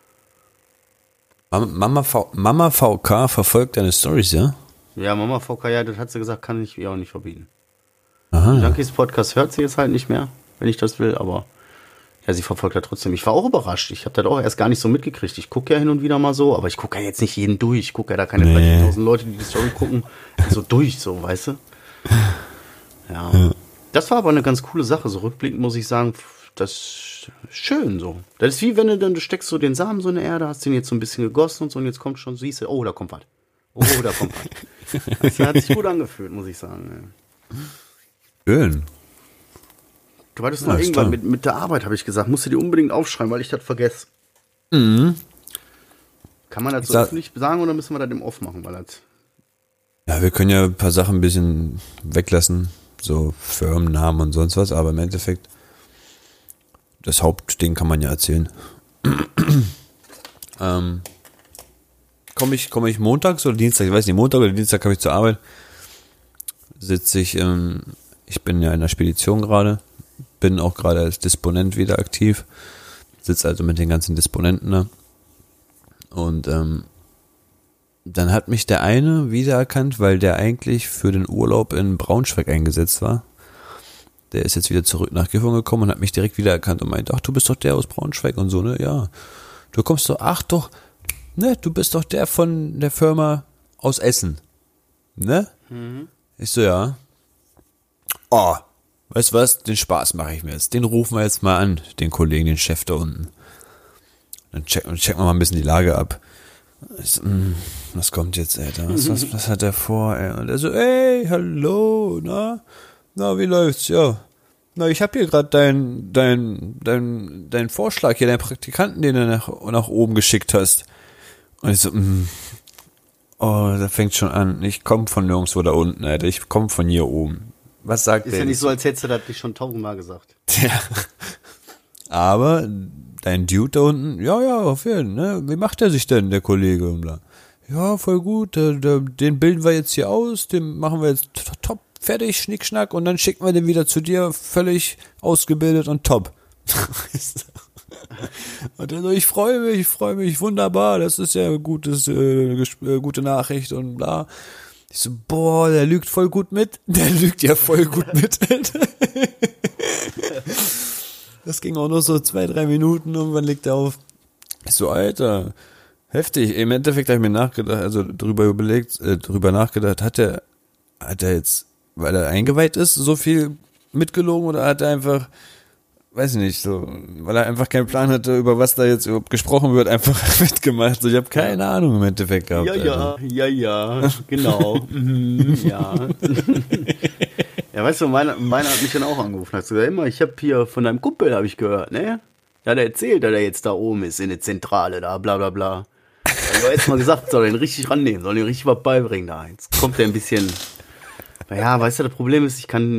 Mama VK verfolgt deine Stories, ja? Ja, Mama VK, ja, das hat sie gesagt, kann ich ihr auch nicht verbieten. Aha. Junkies Podcast hört sie jetzt halt nicht mehr, wenn ich das will, aber ja, sie verfolgt ja trotzdem. Ich war auch überrascht. Ich habe das auch erst gar nicht so mitgekriegt. Ich gucke ja hin und wieder mal so, aber ich gucke ja jetzt nicht jeden durch. Ich gucke ja da keine 30.000 Leute, die Story gucken, so durch, so, weißt du? Ja. Das war aber eine ganz coole Sache. So rückblickend muss ich sagen, das ist schön so. Das ist wie wenn du steckst so den Samen so in der Erde, hast den jetzt so ein bisschen gegossen und so und jetzt kommt schon, siehst du, oh, da kommt was. Oh, da kommt was. Das hat sich gut angefühlt, muss ich sagen. Schön. Du wolltest noch irgendwann mit der Arbeit, habe ich gesagt, musst du dir unbedingt aufschreiben, weil ich das vergesse. Kann man das so öffentlich sagen oder müssen wir das im Off machen? Ja, wir können ja ein paar Sachen ein bisschen weglassen, so Firmennamen und sonst was, aber im Endeffekt, das Hauptding kann man ja erzählen. Komme ich montags oder Dienstag, ich weiß nicht, Montag oder Dienstag komme ich zur Arbeit, sitze ich, ich bin ja in der Spedition gerade, bin auch gerade als Disponent wieder aktiv, sitze also mit den ganzen Disponenten da und dann hat mich der eine wiedererkannt, weil der eigentlich für den Urlaub in Braunschweig eingesetzt war. Der ist jetzt wieder zurück nach Gifhorn gekommen und hat mich direkt wiedererkannt und meint, ach, du bist doch der aus Braunschweig und so, ne? Ja. Du kommst doch, ach doch, ne? Du bist doch der von der Firma aus Essen, ne? Ich so, ja. Oh, weißt du was? Den Spaß mache ich mir jetzt. Den rufen wir jetzt mal an, den Kollegen, den Chef da unten. Dann checken wir mal ein bisschen die Lage ab. Was kommt jetzt, Alter? Was hat er vor, ey? Und er so, ey, hallo, na, wie läuft's? Ja. Na, ich hab hier gerade deinen Vorschlag hier, deinen Praktikanten, den du nach oben geschickt hast. Und ich so, oh, da fängt schon an. Ich komme von nirgendwo da unten, Alter. Ich komme von hier oben. Was sagt der? Ist ja nicht so, als hättest du das nicht schon 1000-mal gesagt. Ja. Aber dein Dude da unten, ja, auf jeden Fall, ne? Wie macht er sich denn, der Kollege? Und bla. Ja, voll gut, den bilden wir jetzt hier aus, den machen wir jetzt top, fertig, schnickschnack und dann schicken wir den wieder zu dir, völlig ausgebildet und top. Und er so, ich freue mich, wunderbar, das ist ja gute Nachricht und bla. Ich so, boah, der lügt voll gut mit. Der lügt ja voll gut mit, Alter. das ging auch noch so 2-3 Minuten, irgendwann legt er auf. Ich so, Alter, heftig. Im Endeffekt habe ich mir nachgedacht, also drüber nachgedacht, hat er jetzt, weil er eingeweiht ist, so viel mitgelogen oder hat er einfach, weiß ich nicht, so, weil er einfach keinen Plan hatte, über was da jetzt überhaupt gesprochen wird, einfach mitgemacht. So, ich habe keine Ahnung im Endeffekt gehabt. Ja, genau. Ja. Ja, weißt du, meiner hat mich dann auch angerufen. Hat gesagt, immer, ich habe hier von deinem Kumpel, habe ich gehört, ne? Der hat erzählt, dass er jetzt da oben ist, in der Zentrale, da, bla, bla, bla. Ich habe jetzt mal gesagt, soll den richtig rannehmen, soll den richtig was beibringen da. Jetzt kommt der ein bisschen, ja, weißt du, das Problem ist, ich kann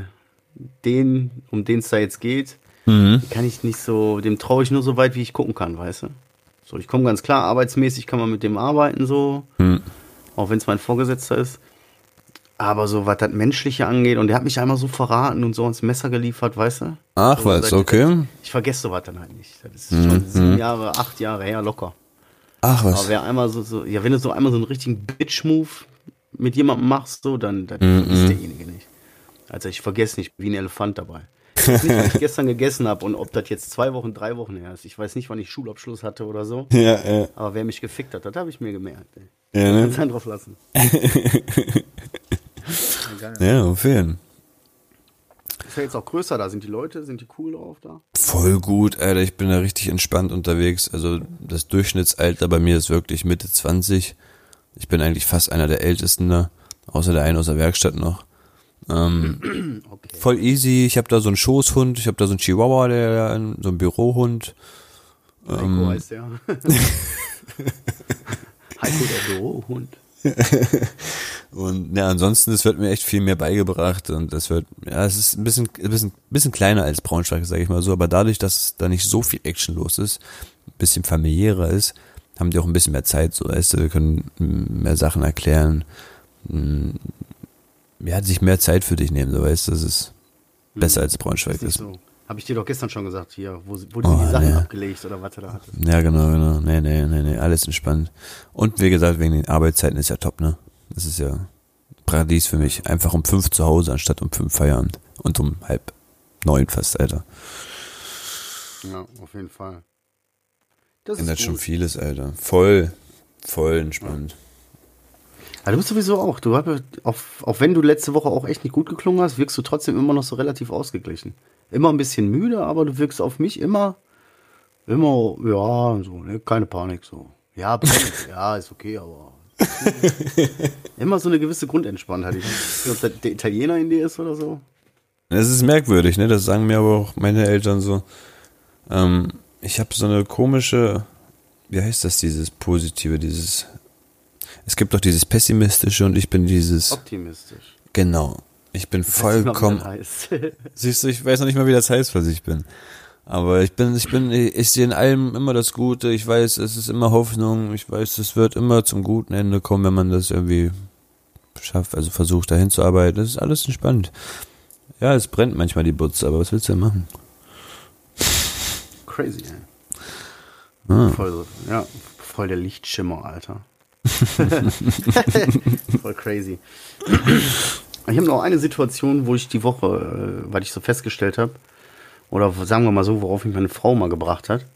um den es da jetzt geht, kann ich nicht so, dem traue ich nur so weit, wie ich gucken kann, weißt du? So, ich komme ganz klar, arbeitsmäßig kann man mit dem arbeiten, so, auch wenn es mein Vorgesetzter ist. Aber so, was das Menschliche angeht, und der hat mich einmal so verraten und so ins Messer geliefert, weißt du? Ach, so, was, okay. Ich vergesse sowas dann halt nicht. Das ist schon 7 Jahre, 8 Jahre her, locker. Ach, was. Aber wer einmal ja, wenn du so einmal so einen richtigen Bitch-Move mit jemandem machst, so, dann ist derjenige nicht. Also ich vergesse nicht, wie ein Elefant dabei. Ich weiß nicht, was ich gestern gegessen habe und ob das jetzt 2 Wochen, 3 Wochen her ist. Ich weiß nicht, wann ich Schulabschluss hatte oder so. Ja. Aber wer mich gefickt hat, das habe ich mir gemerkt. Ja, ne? Kannst einen drauf lassen. Ja, auf jeden Fall. Ist ja jetzt auch größer da. Sind die Leute, sind die cool drauf da? Voll gut, Alter. Ich bin da richtig entspannt unterwegs. Also das Durchschnittsalter bei mir ist wirklich Mitte 20. Ich bin eigentlich fast einer der Ältesten da. Außer der eine aus der Werkstatt noch. Okay. Voll easy. Ich habe da so einen Schoßhund. Ich habe da so einen Chihuahua, so einen Bürohund. Heiko heißt der. Heiko, der Bürohund. Und ja, ansonsten, es wird mir echt viel mehr beigebracht und es ist ein bisschen kleiner als Braunschweig, sage ich mal so, aber dadurch, dass da nicht so viel Action los ist, ein bisschen familiärer ist, haben die auch ein bisschen mehr Zeit, so, weißt du, wir können mehr Sachen erklären, ja, sich mehr Zeit für dich nehmen, so, weißt du, das ist besser als Braunschweig ist. So. Habe ich dir doch gestern schon gesagt, hier, wo du die Sachen abgelegt oder was du da hattest. Ja, genau. Nee, alles entspannt. Und wie gesagt, wegen den Arbeitszeiten ist ja top, ne? Das ist ja Paradies für mich. Einfach um 5 zu Hause, anstatt um 5 Feierabend. Und um 8:30 fast, Alter. Ja, auf jeden Fall. Das ändert schon vieles, Alter. Voll entspannt. Ja, du bist sowieso auch. Du hast, auch wenn du letzte Woche auch echt nicht gut geklungen hast, wirkst du trotzdem immer noch so relativ ausgeglichen. Immer ein bisschen müde, aber du wirkst auf mich immer, ja, so, ne, keine Panik, so. Ja, ja, ist okay, aber immer so eine gewisse Grundentspanntheit. Ich weiß nicht, ob das der Italiener in dir ist oder so. Das ist merkwürdig, ne? Das sagen mir aber auch meine Eltern so. Ich habe so eine komische, wie heißt das, dieses Positive, es gibt doch dieses Pessimistische und ich bin dieses optimistisch. Genau. Ich bin vollkommen. Siehst du, ich weiß noch nicht mal, wie das heißt, was ich bin. Aber ich sehe in allem immer das Gute. Ich weiß, es ist immer Hoffnung. Ich weiß, es wird immer zum guten Ende kommen, wenn man das irgendwie schafft, also versucht, dahin zu arbeiten. Das ist alles entspannt. Ja, es brennt manchmal die Butze, aber was willst du denn machen? Crazy, ey. Voll der Lichtschimmer, Alter. Voll crazy. Ich habe noch eine Situation, wo ich die Woche, weil ich so festgestellt habe, oder sagen wir mal so, worauf mich meine Frau mal gebracht hat.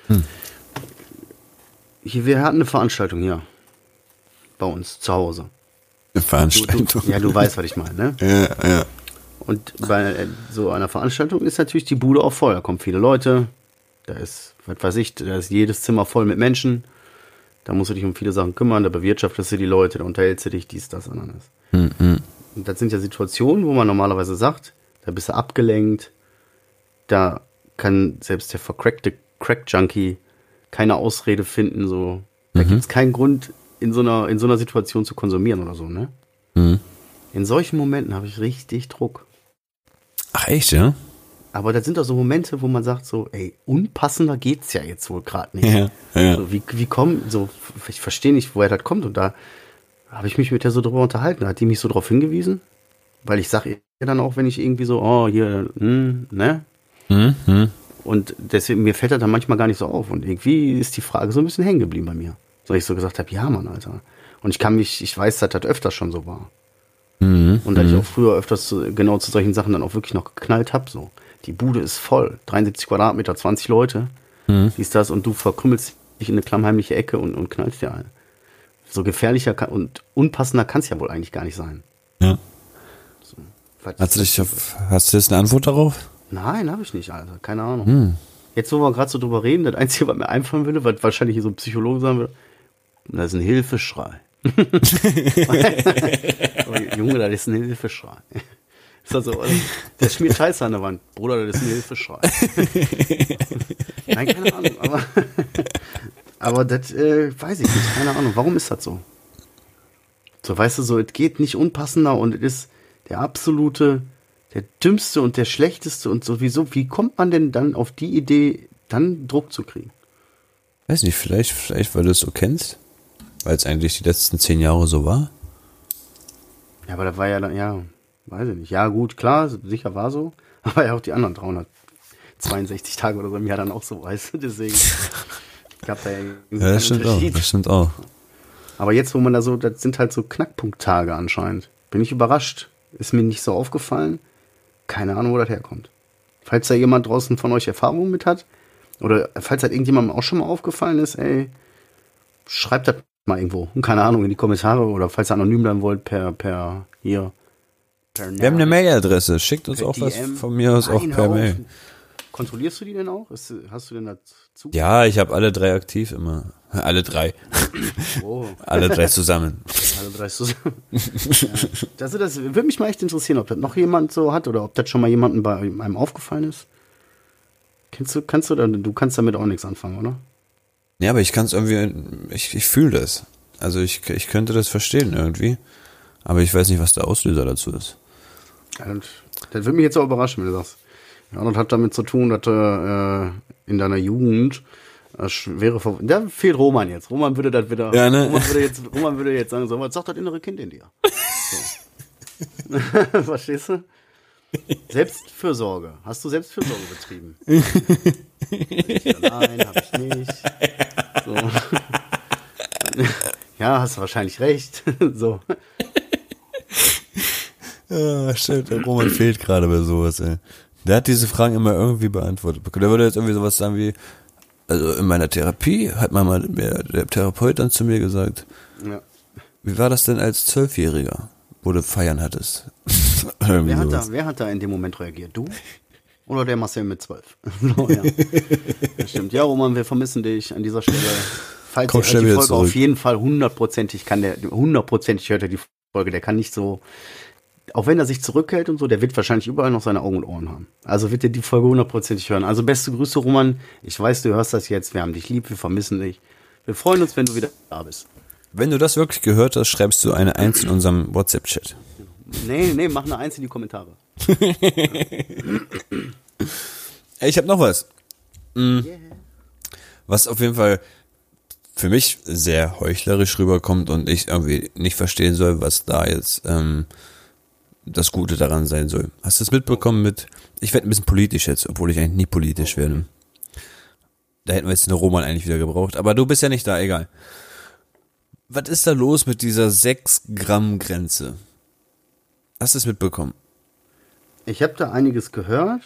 Wir hatten eine Veranstaltung hier bei uns zu Hause. Eine Veranstaltung? Du weißt, was ich meine, ne? Ja. Und bei so einer Veranstaltung ist natürlich die Bude auch voll. Da kommen viele Leute, da ist jedes Zimmer voll mit Menschen. Da musst du dich um viele Sachen kümmern, da bewirtschaftest du die Leute, da unterhältst du dich, dies, das, anderes. Und das sind ja Situationen, wo man normalerweise sagt, da bist du abgelenkt, da kann selbst der vercrackte Crack-Junkie keine Ausrede finden, so. Da gibt's keinen Grund, in so einer Situation zu konsumieren oder so, ne? In solchen Momenten habe ich richtig Druck. Ach echt, ja? Aber das sind doch so Momente, wo man sagt so, ey, unpassender geht's ja jetzt wohl gerade nicht. Ja. So, ich verstehe nicht, woher das kommt. Und da habe ich mich mit der so drüber unterhalten. Da hat die mich so drauf hingewiesen. Weil ich sage ihr dann auch, wenn ich irgendwie so, ne? Und deswegen, mir fällt das dann manchmal gar nicht so auf. Und irgendwie ist die Frage so ein bisschen hängen geblieben bei mir. So ich so gesagt habe, ja Mann, Alter. Und ich weiß, dass das öfters schon so war. Und dass ich auch früher öfters genau zu solchen Sachen dann auch wirklich noch geknallt habe, so. Die Bude ist voll. 73 Quadratmeter, 20 Leute. Dies, das. Und du verkrümmelst dich in eine klammheimliche Ecke und knallst dir ein. So gefährlicher und unpassender kann es ja wohl eigentlich gar nicht sein. Ja. So, Hast du jetzt eine Antwort darauf? Nein, habe ich nicht, Alter. Keine Ahnung. Jetzt, wo wir gerade so drüber reden, das Einzige, was mir einfallen würde, was wahrscheinlich hier so ein Psychologe sagen würde, das ist ein Hilfeschrei. Oh, Junge, das ist ein Hilfeschrei. Ist das so, der schmiert Scheiße an der Wand. Bruder, das ist ein Hilfeschrei. Nein, keine Ahnung, aber das weiß ich nicht, keine Ahnung. Warum ist das so? So, weißt du, so, es geht nicht unpassender und es ist der absolute, der dümmste und der schlechteste und sowieso. Wie kommt man denn dann auf die Idee, dann Druck zu kriegen? Weiß nicht, vielleicht weil du es so kennst. Weil es eigentlich die letzten 10 Jahre so war. Ja, aber das war ja dann, ja, weiß ich nicht. Ja, gut, klar, sicher war so. Aber ja auch die anderen 362 Tage oder so im Jahr dann auch so, weißt du, deswegen gab da ja das stimmt auch, das stimmt auch. Aber jetzt, wo man da so, das sind halt so Knackpunkttage anscheinend. Bin ich überrascht. Ist mir nicht so aufgefallen. Keine Ahnung, wo das herkommt. Falls da jemand draußen von euch Erfahrungen mit hat, oder falls das irgendjemandem auch schon mal aufgefallen ist, ey, schreibt das mal irgendwo. Keine Ahnung, in die Kommentare oder falls ihr anonym bleiben wollt, per Wir haben eine Mailadresse. Schickt uns auch was von mir aus auch per Mail. Kontrollierst du die denn auch? Hast du denn dazu? Ja, ich habe alle 3 aktiv immer. Alle 3. Oh. Alle 3 zusammen. Alle 3 zusammen. Ja. Das würde mich mal echt interessieren, ob das noch jemand so hat oder ob das schon mal jemandem bei einem aufgefallen ist. Du kannst damit auch nichts anfangen, oder? Ja, aber ich kann es irgendwie, ich fühle das. Also ich könnte das verstehen irgendwie, aber ich weiß nicht, was der Auslöser dazu ist. Ja, das würde mich jetzt auch überraschen, wenn du sagst. Ja, das hat damit zu tun, dass du in deiner Jugend da fehlt Roman jetzt. Roman würde das wieder, ja, ne? Roman würde jetzt sagen, so, was sagt das innere Kind in dir? So. Verstehst du? Selbstfürsorge. Hast du Selbstfürsorge betrieben? Nein, habe ich nicht. So. Ja, hast du wahrscheinlich recht. So. Ja, stimmt, der Roman fehlt gerade bei sowas, ey. Der hat diese Fragen immer irgendwie beantwortet. Der würde jetzt irgendwie sowas sagen wie, also in meiner Therapie hat der Therapeut dann zu mir gesagt, ja. Wie war das denn als 12-Jähriger, wo du Feiern hattest? Wer hat da in dem Moment reagiert? Du? Oder der Marcel mit 12? So, ja. Das stimmt. Ja, Roman, wir vermissen dich an dieser Stelle. Falls ihr die Folge zurück. Auf jeden Fall hundertprozentig hört er die Folge, der kann nicht so, auch wenn er sich zurückhält und so, der wird wahrscheinlich überall noch seine Augen und Ohren haben. Also wird er die Folge hundertprozentig hören. Also beste Grüße, Roman. Ich weiß, du hörst das jetzt. Wir haben dich lieb, wir vermissen dich. Wir freuen uns, wenn du wieder da bist. Wenn du das wirklich gehört hast, schreibst du eine 1 in unserem WhatsApp-Chat. Nee, mach eine 1 in die Kommentare. Ey, ich hab noch was. Was auf jeden Fall für mich sehr heuchlerisch rüberkommt und ich irgendwie nicht verstehen soll, was da jetzt das Gute daran sein soll. Hast du es mitbekommen ich werde ein bisschen politisch jetzt, obwohl ich eigentlich nie politisch werde. Da hätten wir jetzt eine Roman eigentlich wieder gebraucht, aber du bist ja nicht da, egal. Was ist da los mit dieser 6-Gramm-Grenze? Hast du es mitbekommen? Ich habe da einiges gehört.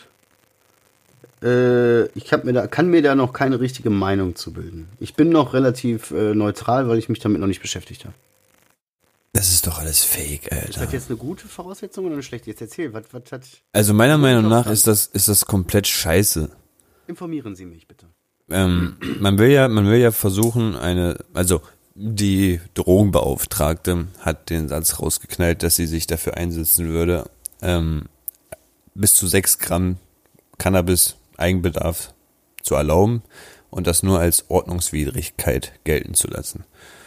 Kann mir da noch keine richtige Meinung zu bilden. Ich bin noch relativ neutral, weil ich mich damit noch nicht beschäftigt habe. Das ist doch alles fake, Alter. Ist das jetzt eine gute Voraussetzung oder eine schlechte? Jetzt erzähl, was hat... Also meiner Meinung nach ist das komplett scheiße. Informieren Sie mich bitte. Man will ja versuchen, die Drogenbeauftragte hat den Satz rausgeknallt, dass sie sich dafür einsetzen würde, bis zu 6 Gramm Cannabis Eigenbedarf zu erlauben und das nur als Ordnungswidrigkeit gelten zu lassen.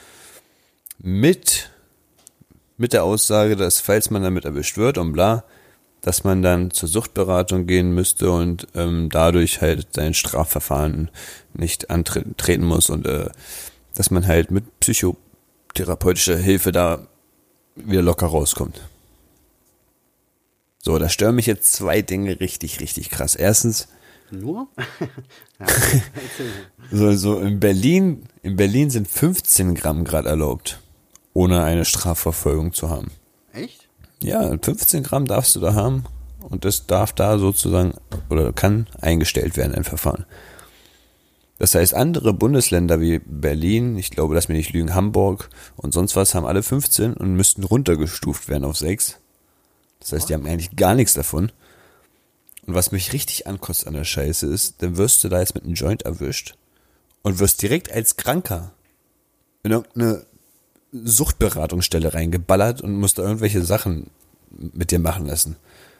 Mit der Aussage, dass falls man damit erwischt wird und bla, dass man dann zur Suchtberatung gehen müsste und dadurch halt sein Strafverfahren nicht antreten muss und dass man halt mit psychotherapeutischer Hilfe da wieder locker rauskommt. So, da stören mich jetzt 2 Dinge richtig, richtig krass. Erstens, nur? so in Berlin sind 15 Gramm gerade erlaubt, ohne eine Strafverfolgung zu haben. Echt? Ja, 15 Gramm darfst du da haben, und das darf da sozusagen oder kann eingestellt werden, ein Verfahren. Das heißt, andere Bundesländer wie Berlin, ich glaube, lass mich nicht lügen, Hamburg und sonst was, haben alle 15 und müssten runtergestuft werden auf 6. Das heißt, die haben eigentlich gar nichts davon. Und was mich richtig ankostet an der Scheiße ist, dann wirst du da jetzt mit einem Joint erwischt und wirst direkt als Kranker in irgendeine Suchtberatungsstelle reingeballert und musst da irgendwelche Sachen mit dir machen lassen.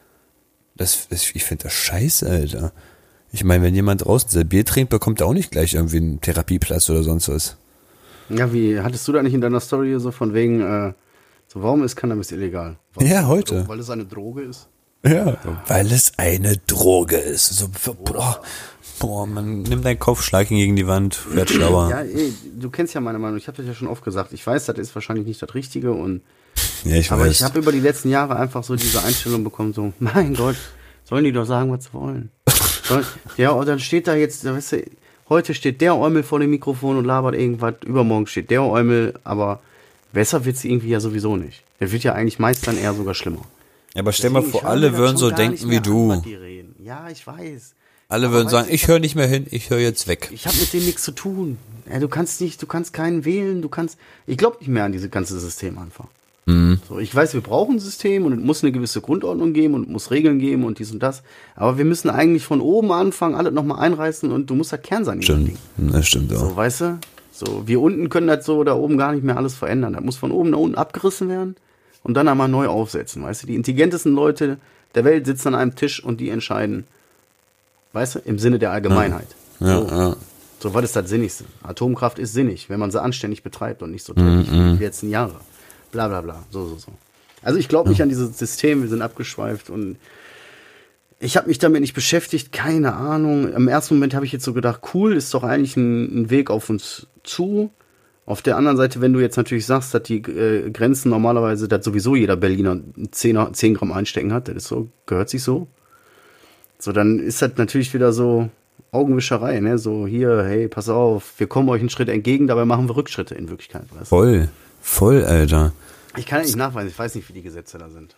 Ich finde das scheiße, Alter. Ich meine, wenn jemand draußen sein Bier trinkt, bekommt er auch nicht gleich irgendwie einen Therapieplatz oder sonst was. Ja, wie hattest du da nicht in deiner Story so von wegen, so warum ist Cannabis illegal? Ja, heute. Weil es eine Droge ist? Ja, weil es eine Droge ist. So, boah, man nimmt deinen Kopf, schlag ihn gegen die Wand, wird schlauer. Ja, ey, du kennst ja meine Meinung. Ich habe das ja schon oft gesagt. Ich weiß, das ist wahrscheinlich nicht das Richtige Ja, aber ich habe über die letzten Jahre einfach so diese Einstellung bekommen, so, mein Gott, sollen die doch sagen, was sie wollen. Ja, und dann steht da jetzt, weißt du, heute steht der Eumel vor dem Mikrofon und labert irgendwas, übermorgen steht der Eumel, aber besser wird's irgendwie ja sowieso nicht. Der wird ja eigentlich meist dann eher sogar schlimmer. Ja, aber stell mal vor, alle würden so denken wie du. Ja, ich weiß. Alle würden sagen, ich höre nicht mehr hin, ich höre jetzt weg. Ich habe mit denen nichts zu tun. Ja, du kannst keinen wählen, ich glaube nicht mehr an dieses ganze System einfach. So, ich weiß, wir brauchen ein System und es muss eine gewisse Grundordnung geben und es muss Regeln geben und dies und das. Aber wir müssen eigentlich von oben anfangen, alles nochmal einreißen und du musst halt Kern sein. Stimmt, das stimmt auch. So, weißt du? So, wir unten können das so da oben gar nicht mehr alles verändern. Das muss von oben nach unten abgerissen werden und dann einmal neu aufsetzen, weißt du? Die intelligentesten Leute der Welt sitzen an einem Tisch und die entscheiden, weißt du, im Sinne der Allgemeinheit. Ja. So, was ist das Sinnigste? Atomkraft ist sinnig, wenn man sie anständig betreibt und nicht so dreckig wie die letzten Jahre. Bla bla bla, so. Also ich glaube nicht an dieses System, wir sind abgeschweift und ich habe mich damit nicht beschäftigt, keine Ahnung. Im ersten Moment habe ich jetzt so gedacht, cool, ist doch eigentlich ein Weg auf uns zu. Auf der anderen Seite, wenn du jetzt natürlich sagst, dass die Grenzen normalerweise, dass sowieso jeder Berliner 10 Gramm einstecken hat, das ist so, gehört sich so. So, dann ist das natürlich wieder so Augenwischerei, ne? So, hier, hey, pass auf, wir kommen euch einen Schritt entgegen, dabei machen wir Rückschritte in Wirklichkeit. Weißt du? Voll, Alter. Ich kann ja nicht nachweisen, ich weiß nicht, wie die Gesetze da sind.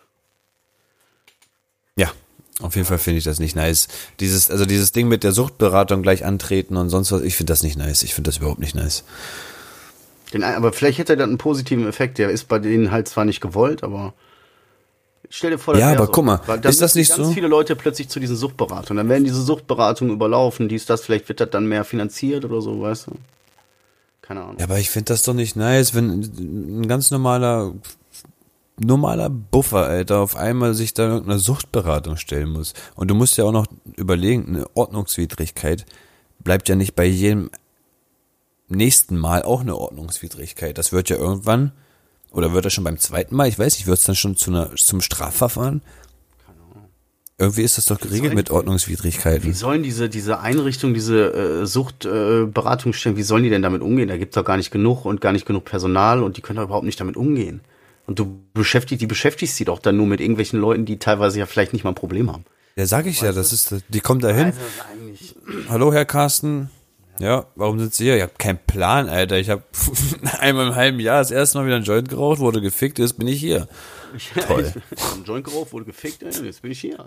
Ja, auf jeden Fall finde ich das nicht nice. Dieses Ding mit der Suchtberatung gleich antreten und sonst was, ich finde das nicht nice. Ich finde das überhaupt nicht nice. Aber vielleicht hätte er dann einen positiven Effekt, der ist bei denen halt zwar nicht gewollt, aber stell dir vor, das ja, aber so. Guck mal, ist das nicht ganz so? Viele Leute plötzlich zu diesen Suchtberatungen, dann werden diese Suchtberatungen überlaufen, vielleicht wird das dann mehr finanziert oder so, weißt du? Keine Ahnung. Ja, aber ich finde das doch nicht nice, wenn ein ganz normaler Buffer, Alter, auf einmal sich da irgendeiner Suchtberatung stellen muss. Und du musst ja auch noch überlegen, eine Ordnungswidrigkeit bleibt ja nicht bei jedem nächsten Mal auch eine Ordnungswidrigkeit. Das wird ja irgendwann, oder wird das schon beim zweiten Mal, ich weiß nicht, wird es dann schon zum Strafverfahren? Irgendwie ist das doch geregelt mit Ordnungswidrigkeiten. Wie sollen diese Einrichtungen, diese Suchtberatungsstellen, wie sollen die denn damit umgehen? Da gibt's doch gar nicht genug und gar nicht genug Personal und die können doch überhaupt nicht damit umgehen. Und die beschäftigst sie doch dann nur mit irgendwelchen Leuten, die teilweise ja vielleicht nicht mal ein Problem haben. Ja, sag ich ja, die kommt da hin. Hallo, Herr Carsten. Ja, warum sind Sie hier? Ich hab keinen Plan, Alter. Ich habe einmal im halben Jahr das erste Mal wieder einen Joint geraucht, wurde gefickt, jetzt bin ich hier. Toll. Ich hab einen Joint geraucht, wurde gefickt, jetzt bin ich hier.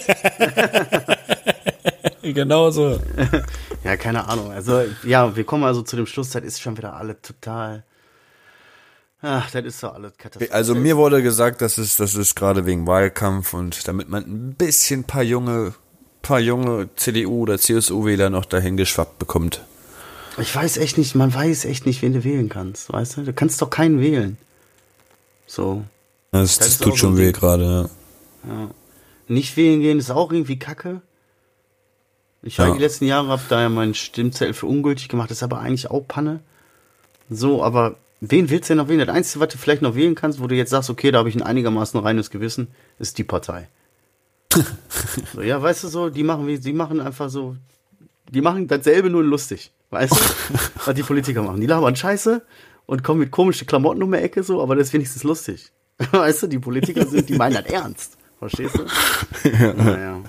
Genau so. Ja, keine Ahnung. Also, ja, wir kommen also zu dem Schluss, das ist schon wieder alle total. Ach, das ist doch alles katastrophal. Also mir wurde gesagt, das ist gerade wegen Wahlkampf und damit man ein bisschen paar junge CDU oder CSU-Wähler noch dahin geschwappt bekommt. Ich weiß echt nicht, man weiß echt nicht, wen du wählen kannst, weißt du? Du kannst doch keinen wählen. So. Das tut schon weh gerade, ja. Nicht wählen gehen ist auch irgendwie Kacke. Ich habe die letzten Jahre da ja meinen Stimmzettel für ungültig gemacht, ist aber eigentlich auch Panne. So, aber wen willst du denn noch wählen? Das Einzige, was du vielleicht noch wählen kannst, wo du jetzt sagst, okay, da habe ich ein einigermaßen reines Gewissen, ist die Partei. So, ja, weißt du so, die machen einfach so, die machen dasselbe nur lustig, weißt du, was die Politiker machen. Die labern Scheiße und kommen mit komischen Klamotten um die Ecke so, aber das ist wenigstens lustig. Weißt du, die Politiker die meinen das ernst. Verstehst du? Ja. Naja.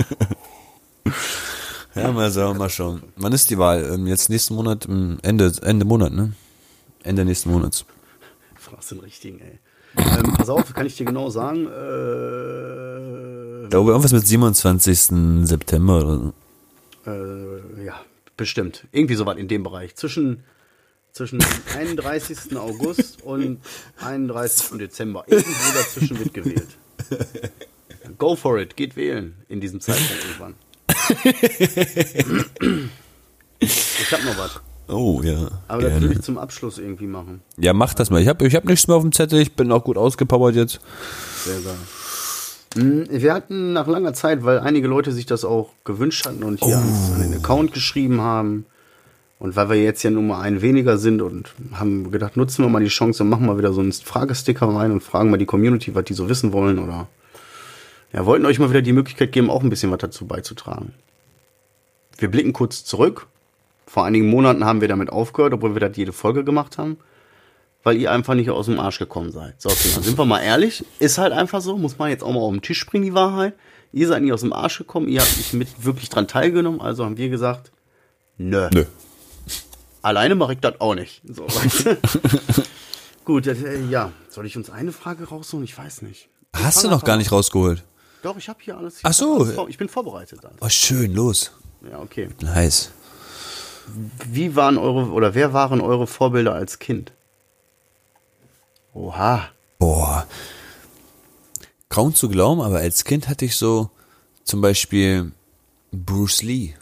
Ja, mal schauen. Wann ist die Wahl? Jetzt nächsten Monat, Ende Monat, ne? Ende nächsten Monats. Fragst den richtigen, ey. Pass auf, kann ich dir genau sagen, glaube, irgendwas mit 27. September oder so. Ja, bestimmt. Irgendwie so was in dem Bereich. Zwischen 31. August und 31. Dezember. Irgendwo dazwischen wird gewählt. Go for it, geht wählen in diesem Zeitpunkt irgendwann. Ich hab noch was. Oh, ja. Aber das will ich zum Abschluss irgendwie machen. Ja, mach das mal. Ich hab nichts mehr auf dem Zettel. Ich bin auch gut ausgepowert jetzt. Sehr geil. Wir hatten nach langer Zeit, weil einige Leute sich das auch gewünscht hatten und hier an den Account geschrieben haben und weil wir jetzt ja nun mal einen weniger sind und haben gedacht, nutzen wir mal die Chance und machen mal wieder so einen Fragesticker rein und fragen mal die Community, was die so wissen wollen oder ja, wollten euch mal wieder die Möglichkeit geben, auch ein bisschen was dazu beizutragen. Wir blicken kurz zurück. Vor einigen Monaten haben wir damit aufgehört, obwohl wir das jede Folge gemacht haben, weil ihr einfach nicht aus dem Arsch gekommen seid. So, okay, dann sind wir mal ehrlich, ist halt einfach so, muss man jetzt auch mal auf den Tisch bringen, die Wahrheit. Ihr seid nicht aus dem Arsch gekommen, ihr habt nicht mit wirklich dran teilgenommen, also haben wir gesagt, nö. Alleine mache ich das auch nicht. So, weißt du? Gut, ja, soll ich uns eine Frage rausholen? Ich weiß nicht. Hast du noch gar nicht rausgeholt? Doch, ich habe hier alles. Ach so. Ich bin vorbereitet. Also. Oh, schön, los. Ja, okay. Nice. Wer waren eure Vorbilder als Kind? Oha. Boah. Kaum zu glauben, aber als Kind hatte ich so zum Beispiel Bruce Lee.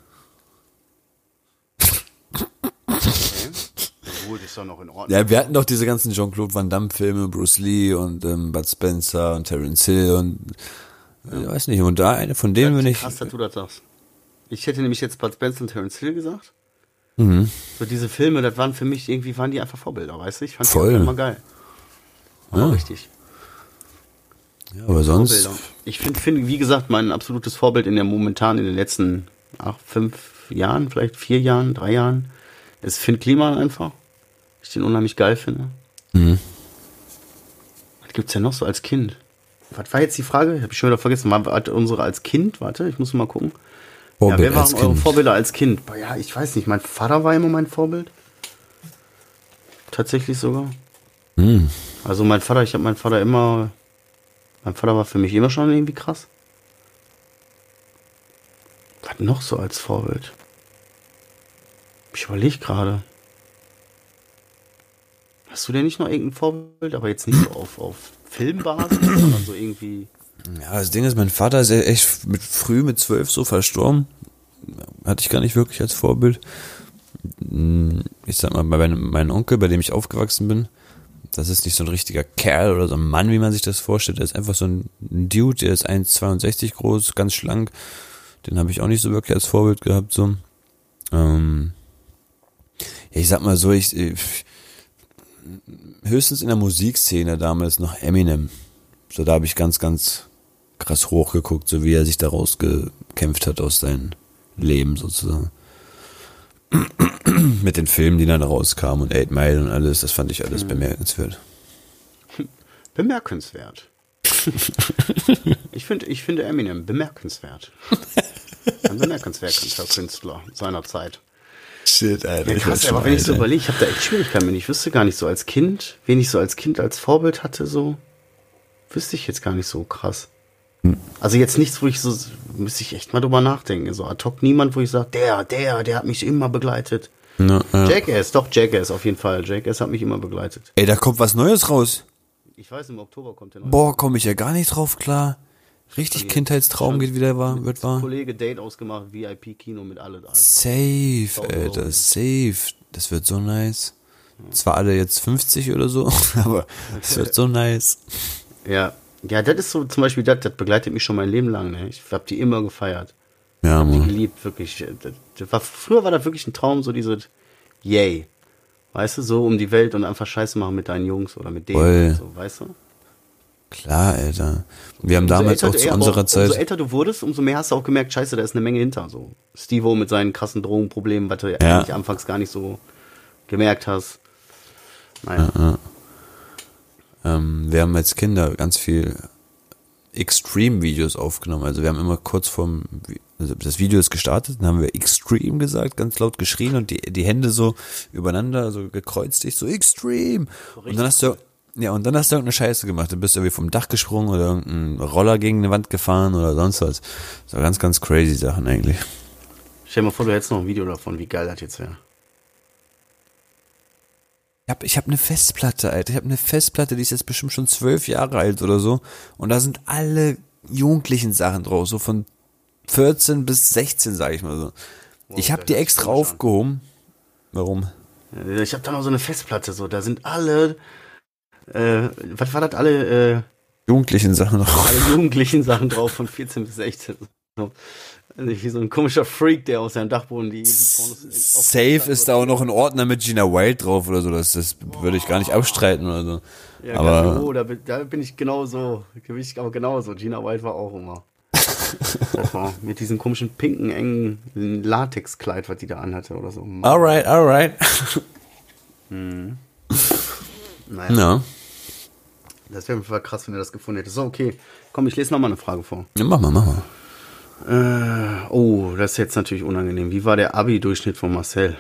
Okay. Gut, ist doch noch in Ordnung. Ja, wir hatten doch diese ganzen Jean-Claude Van Damme Filme, Bruce Lee und Bud Spencer und Terence Hill und ich weiß nicht, und da eine von denen bin ich. Krass, dass du das sagst. Ich hätte nämlich jetzt Bud Spencer und Terence Hill gesagt. Mhm. So diese Filme, das waren für mich irgendwie, waren die einfach Vorbilder, weißt du? Ich fand Voll. die immer geil. Aber richtig. Ja, aber sonst. Vorbilder. Ich finde, wie gesagt, mein absolutes Vorbild in den letzten 5 Jahren, vielleicht 4 Jahren, 3 Jahren, ist Finn Kliman einfach. Ich den unheimlich geil finde. Mhm. Was gibt's denn noch so als Kind? Was war jetzt die Frage? Hab ich schon wieder vergessen. War unsere als Kind? Warte, ich muss mal gucken. Vorbild, ja, wer waren als eure Kind. Vorbilder als Kind? Boah, ja, ich weiß nicht. Mein Vater war immer mein Vorbild. Tatsächlich sogar. Mhm. Also mein Vater war für mich immer schon irgendwie krass. Was noch so als Vorbild? Ich überlege gerade. Hast du denn nicht noch irgendein Vorbild? Aber jetzt nicht so auf Filmbasis, sondern so irgendwie... Ja, das Ding ist, mein Vater ist ja echt früh mit 12 so verstorben. Hatte ich gar nicht wirklich als Vorbild. Ich sag mal, bei meinem Onkel, bei dem ich aufgewachsen bin, das ist nicht so ein richtiger Kerl oder so ein Mann, wie man sich das vorstellt. Der ist einfach so ein Dude, der ist 1,62 groß, ganz schlank. Den habe ich auch nicht so wirklich als Vorbild gehabt. So. Ja, ich sag mal so, höchstens in der Musikszene damals noch Eminem. So, da habe ich ganz, ganz krass hochgeguckt, so wie er sich da rausgekämpft hat aus seinem Leben sozusagen. Mit den Filmen, die dann rauskamen und 8 Mile und alles, das fand ich alles bemerkenswert. Bemerkenswert. Ich finde Eminem bemerkenswert. Ein bemerkenswerter Künstler seiner Zeit. Shit, Alter. Ja, krass, aber wenn ich so überlege, ich habe da echt Schwierigkeiten mit. Ich wüsste gar nicht so als Kind, wen ich so als Kind als Vorbild hatte, so wüsste ich jetzt gar nicht so krass. Also jetzt nichts, wo ich so, müsste ich echt mal drüber nachdenken. So ad hoc niemand, wo ich sage, der hat mich immer begleitet. Ja. Jackass auf jeden Fall. Jackass hat mich immer begleitet. Ey, da kommt was Neues raus. Ich weiß, im Oktober kommt der neue. Boah, komme ich ja gar nicht drauf klar. Richtig Okay. Kindheitstraum geht wieder wird wahr. Kollege Date ausgemacht, VIP-Kino mit alle da. Safe, Alter, safe. Das wird so nice. Zwar alle jetzt 50 oder so, aber es wird so nice. Ja, das ist so zum Beispiel, das begleitet mich schon mein Leben lang. Ne? Ich habe die immer gefeiert. Ja, Die Mann. geliebt, wirklich. Früher war das wirklich ein Traum, so dieses Yay. Weißt du, so um die Welt und einfach Scheiße machen mit deinen Jungs oder mit denen. Voll. So, weißt du? Klar, Alter. Wir haben damals auch zu unserer Zeit. Umso älter du wurdest, umso mehr hast du auch gemerkt, Scheiße, da ist eine Menge hinter. So Steve-O mit seinen krassen Drogenproblemen, was du eigentlich anfangs gar nicht so gemerkt hast. Naja. Wir haben als Kinder ganz viel Extreme-Videos aufgenommen. Also wir haben immer kurz also das Video ist gestartet, dann haben wir Extreme gesagt, ganz laut geschrien und die Hände so übereinander, so gekreuzigt, so Extreme. Und dann hast du Ja, und dann hast du irgendeine Scheiße gemacht. Du bist irgendwie vom Dach gesprungen oder irgendein Roller gegen eine Wand gefahren oder sonst was. So ganz, ganz crazy Sachen eigentlich. Stell dir mal vor, du hättest noch ein Video davon, wie geil das jetzt wäre. Ich hab eine Festplatte, Alter. Ich habe eine Festplatte, die ist jetzt bestimmt schon 12 Jahre alt oder so. Und da sind alle jugendlichen Sachen drauf. So von 14 bis 16, sag ich mal so. Wow, Ich habe die extra aufgehoben. Warum? Ich habe da noch so eine Festplatte, so, da sind alle, was war das, alle, Jugendlichen Sachen drauf. alle jugendlichen Sachen drauf von 14 bis 16. So. Also wie so ein komischer Freak, der aus seinem Dachboden die Pornos Safe ist da auch noch ein Ordner mit Gina Wild drauf oder so. Das würde ich gar nicht abstreiten oder so. Ja, aber oh, da bin ich genauso. Gina Wild war auch immer. Das war mit diesem komischen pinken, engen Latexkleid, was die da anhatte oder so. alright. Naja. Ja. Das wäre auf jeden Fall krass, wenn du das gefunden hättest. So, okay. Komm, ich lese nochmal eine Frage vor. Ja, mach mal. Das ist jetzt natürlich unangenehm. Wie war der Abi-Durchschnitt von Marcel?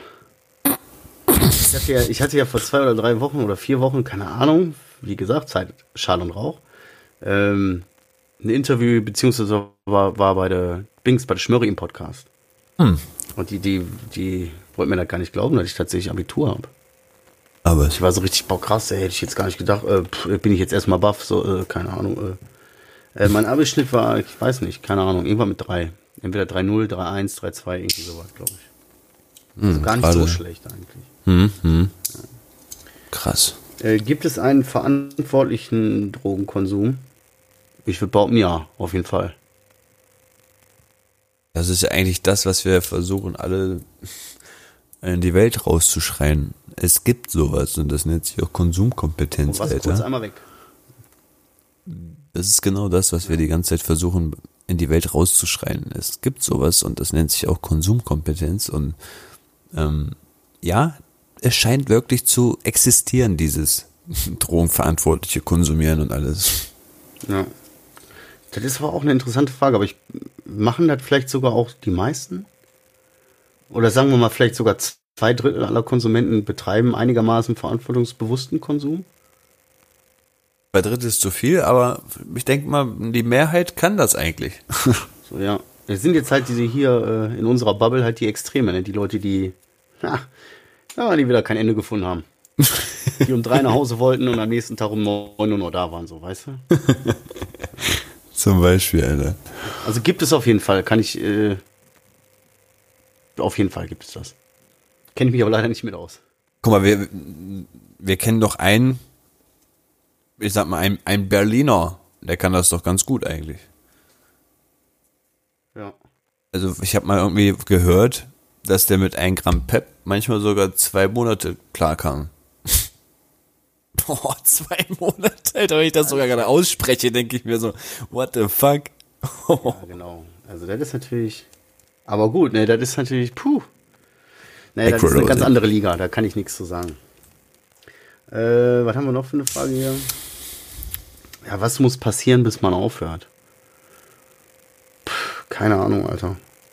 Ich hatte ja vor 2 oder 3 Wochen oder 4 Wochen, keine Ahnung, wie gesagt, Zeit, Schall und Rauch, ein Interview, beziehungsweise war bei der Bings, bei der Schmörri im Podcast. Und die wollten mir da gar nicht glauben, dass ich tatsächlich Abitur habe. Aber Ich war so richtig, krass, hätte ich jetzt gar nicht gedacht, bin ich jetzt erstmal baff, so, keine Ahnung. Mein Abischnitt war, ich weiß nicht, keine Ahnung, irgendwann mit 3. Entweder 3,0, 3,1, 3,2, irgendwie sowas, glaube ich. Also gar nicht so schlecht eigentlich. Ja. Krass. Gibt es einen verantwortlichen Drogenkonsum? Ich würde behaupten, ja, auf jeden Fall. Das ist ja eigentlich das, was wir versuchen, alle in die Welt rauszuschreien. Es gibt sowas und das nennt sich auch Konsumkompetenz, Was, kurz Alter. einmal weg. Das ist genau das, was wir die ganze Zeit versuchen, in die Welt rauszuschreien. Es gibt sowas und das nennt sich auch Konsumkompetenz und ja, es scheint wirklich zu existieren, dieses drogenverantwortliche Konsumieren und alles. Ja. Das ist aber auch eine interessante Frage, aber machen das vielleicht sogar auch die meisten? Oder sagen wir mal, vielleicht sogar 2/3 aller Konsumenten betreiben einigermaßen verantwortungsbewussten Konsum? 2/3 ist zu viel, aber ich denke mal, die Mehrheit kann das eigentlich. So, ja. Es sind jetzt halt diese hier in unserer Bubble halt die Extreme, ne? Die Leute, die wieder kein Ende gefunden haben. Die um 3 nach Hause wollten und am nächsten Tag um 9 Uhr noch da waren, so, weißt du? Zum Beispiel, Alter. Also gibt es auf jeden Fall, auf jeden Fall gibt es das. Kenne ich mich aber leider nicht mit aus. Guck mal, wir kennen doch einen, ich sag mal, ein Berliner, der kann das doch ganz gut eigentlich. Ja. Also ich habe mal irgendwie gehört, dass der mit 1 Gramm Pep manchmal sogar 2 Monate klar kam. Boah, 2 Monate, Alter, wenn ich das sogar gerade ausspreche, denke ich mir so, what the fuck? Ja, genau. Also das ist natürlich, aber gut, ne, das ist natürlich, Ne, das ist eine ganz andere Liga, da kann ich nichts zu sagen. Was haben wir noch für eine Frage hier? Ja, was muss passieren, bis man aufhört? Keine Ahnung, Alter.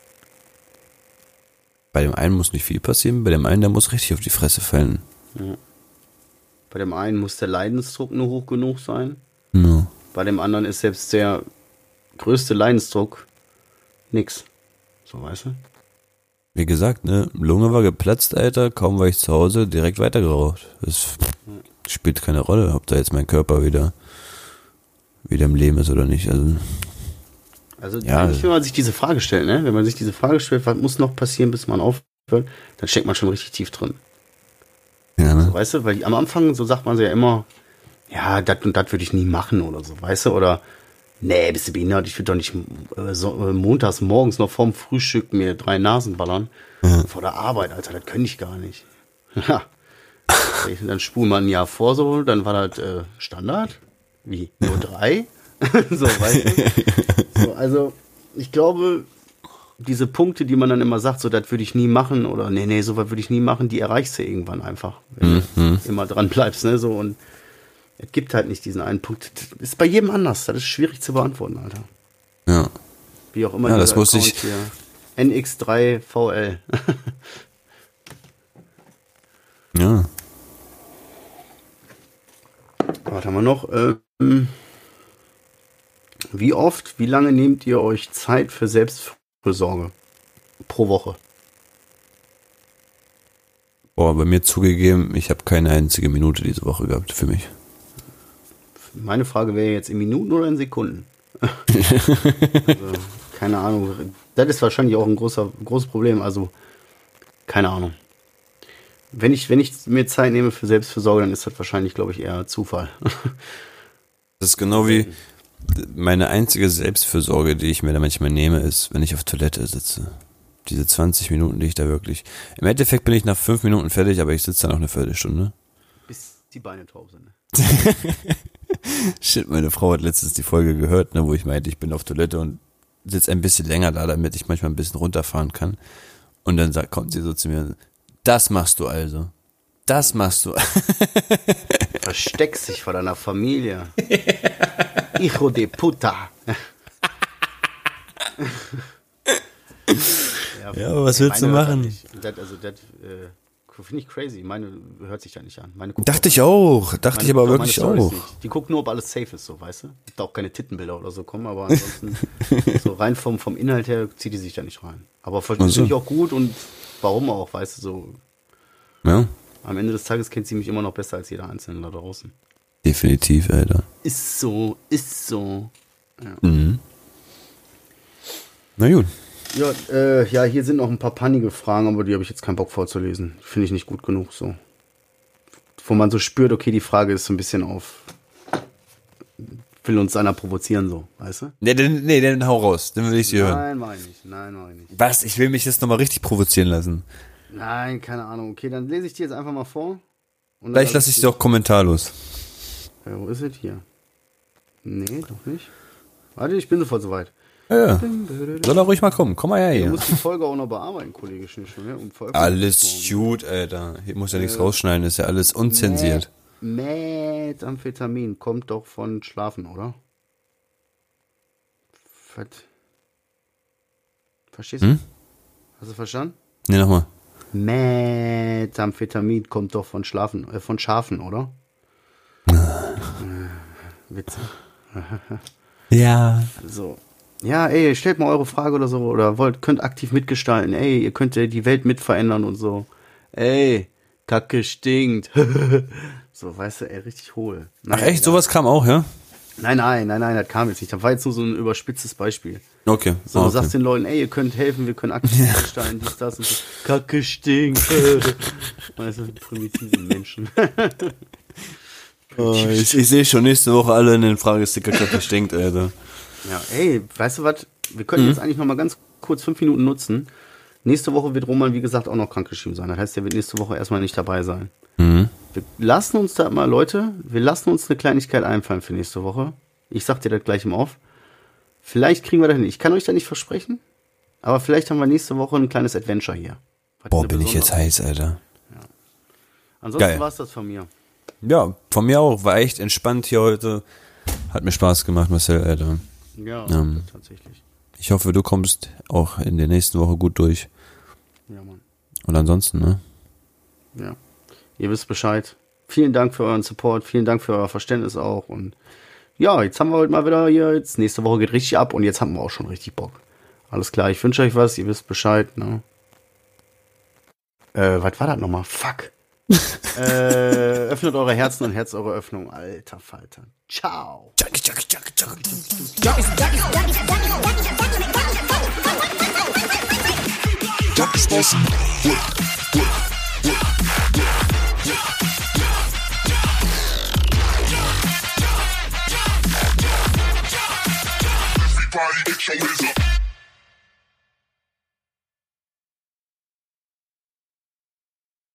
Bei dem einen muss nicht viel passieren, bei dem einen, der muss richtig auf die Fresse fallen. Ja. Bei dem einen muss der Leidensdruck nur hoch genug sein. Ja. Bei dem anderen ist selbst der größte Leidensdruck nix. So, weißt du? Wie gesagt, ne, Lunge war geplatzt, Alter, kaum war ich zu Hause, direkt weitergeraucht. Das spielt keine Rolle, ob da jetzt mein Körper wieder im Leben ist oder nicht. Also ja, eigentlich, wenn man sich diese Frage stellt, ne? Wenn man sich diese Frage stellt, was muss noch passieren, bis man aufhört, dann steckt man schon richtig tief drin. ja, ne? So, weißt du, weil am Anfang, so sagt man so ja immer, ja, das und das würde ich nie machen oder so, weißt du, oder nee, bist du behindert, ich würde doch nicht montags morgens noch vorm Frühstück mir 3 Nasen ballern. Vor der Arbeit, Alter, das könnte ich gar nicht. Ja. Dann spulen wir ein Jahr vor so, dann war das Standard. Wie? Nur 3? So, weißt du? So, also, ich glaube, diese Punkte, die man dann immer sagt, so, das würde ich nie machen oder nee, so was würde ich nie machen, die erreichst du irgendwann einfach, wenn du immer dran bleibst, ne, so, und es gibt halt nicht diesen einen Punkt. Das ist bei jedem anders, das ist schwierig zu beantworten, Alter. Ja. Wie auch immer. Ja, das wusste ich. NX3VL. Ja. Was haben wir noch? Wie lange nehmt ihr euch Zeit für Selbstfürsorge pro Woche? Boah, bei mir zugegeben, ich habe keine einzige Minute diese Woche gehabt für mich. Meine Frage wäre jetzt in Minuten oder in Sekunden? Also, keine Ahnung. Das ist wahrscheinlich auch ein großes Problem. Also, keine Ahnung. Wenn ich mir Zeit nehme für Selbstfürsorge, dann ist das wahrscheinlich, glaube ich, eher Zufall. Das ist genau wie meine einzige Selbstfürsorge, die ich mir da manchmal nehme, ist, wenn ich auf Toilette sitze. Diese 20 Minuten, die ich da wirklich... Im Endeffekt bin ich nach 5 Minuten fertig, aber ich sitze da noch eine Viertelstunde. Bis die Beine taub sind. Shit, meine Frau hat letztens die Folge gehört, ne, wo ich meinte, ich bin auf Toilette und sitze ein bisschen länger da, damit ich manchmal ein bisschen runterfahren kann. Und dann kommt sie so zu mir, das machst du also. Das machst du. Versteckst dich vor deiner Familie. Hijo de puta. Ja, aber was willst du machen? Das finde ich crazy. Meine hört sich da nicht an. Dachte ich auch. Dachte ich aber wirklich auch. Die guckt nur, ob alles safe ist, so, weißt du? Da auch keine Tittenbilder oder so kommen, aber ansonsten so rein vom Inhalt her zieht die sich da nicht rein. Aber finde ich auch gut und warum auch, weißt du, so. Ja. Am Ende des Tages kennt sie mich immer noch besser als jeder Einzelne da draußen. Definitiv, Alter. Ist so. Ja. Mhm. Na gut. Ja, hier sind noch ein paar pannige Fragen, aber die habe ich jetzt keinen Bock vorzulesen. Finde ich nicht gut genug so. Wo man so spürt, okay, die Frage ist so ein bisschen will uns einer provozieren, so, weißt du? Nee, den hau raus, den will ich sie hören. Nein, mach ich nicht. Was? Ich will mich jetzt nochmal richtig provozieren lassen. Nein, keine Ahnung. Okay, dann lese ich dir jetzt einfach mal vor. Und Vielleicht lasse ich sie auch kommentarlos. Ja, wo ist es hier? Nee, doch nicht. Warte, ich bin sofort soweit. Ja. Soll er ruhig mal kommen. Komm mal her hier. Du musst die Folge auch noch bearbeiten, Kollege Schnischel. Ne? Alles gut, Alter. Hier muss ja nichts rausschneiden, ist ja alles unzensiert. Methamphetamin kommt doch von Schlafen, oder? Verstehst du? Hast du verstanden? Nee, nochmal. Methamphetamin kommt doch von Schafen, oder? Witzig. Ja. So. Ja, ey, stellt mal eure Frage oder so, oder könnt aktiv mitgestalten. Ey, ihr könnt ja die Welt mitverändern und so. Ey, Kacke stinkt. So, weißt du, ey, richtig hohl. Ach echt, sowas kam auch, ja? Nein, das kam jetzt nicht. Das war jetzt nur so ein überspitztes Beispiel. Okay. So, du sagst den Leuten, ey, ihr könnt helfen, wir können aktiv gestalten, dies, das und so. Kacke stinkt. Weißt du, primitive Menschen. Ich sehe schon nächste Woche alle in den Fragesticker Kacke stinkt, Alter. Ja, ey, weißt du was? Wir können jetzt eigentlich noch mal ganz kurz 5 Minuten nutzen. Nächste Woche wird Roman, wie gesagt, auch noch krankgeschrieben sein. Das heißt, er wird nächste Woche erstmal nicht dabei sein. Wir lassen uns da mal, Leute, eine Kleinigkeit einfallen für nächste Woche. Ich sag dir das gleich im Off. Vielleicht kriegen wir das hin. Ich kann euch da nicht versprechen, aber vielleicht haben wir nächste Woche ein kleines Adventure hier. Boah, bin ich jetzt heiß, Alter. Ja. Ansonsten war es das von mir. Ja, von mir auch. War echt entspannt hier heute. Hat mir Spaß gemacht, Marcel, Alter. Ja, tatsächlich. Ich hoffe, du kommst auch in der nächsten Woche gut durch. Ja, Mann. Und ansonsten, ne? Ja. Ihr wisst Bescheid. Vielen Dank für euren Support. Vielen Dank für euer Verständnis auch. Und ja, jetzt haben wir heute mal wieder hier. Jetzt nächste Woche geht richtig ab und jetzt haben wir auch schon richtig Bock. Alles klar, ich wünsche euch was. Ihr wisst Bescheid, ne? Was war das nochmal? Fuck. Öffnet eure Herzen und Herz eure Öffnung. Alter Falter. Ciao. Everybody get your hands up.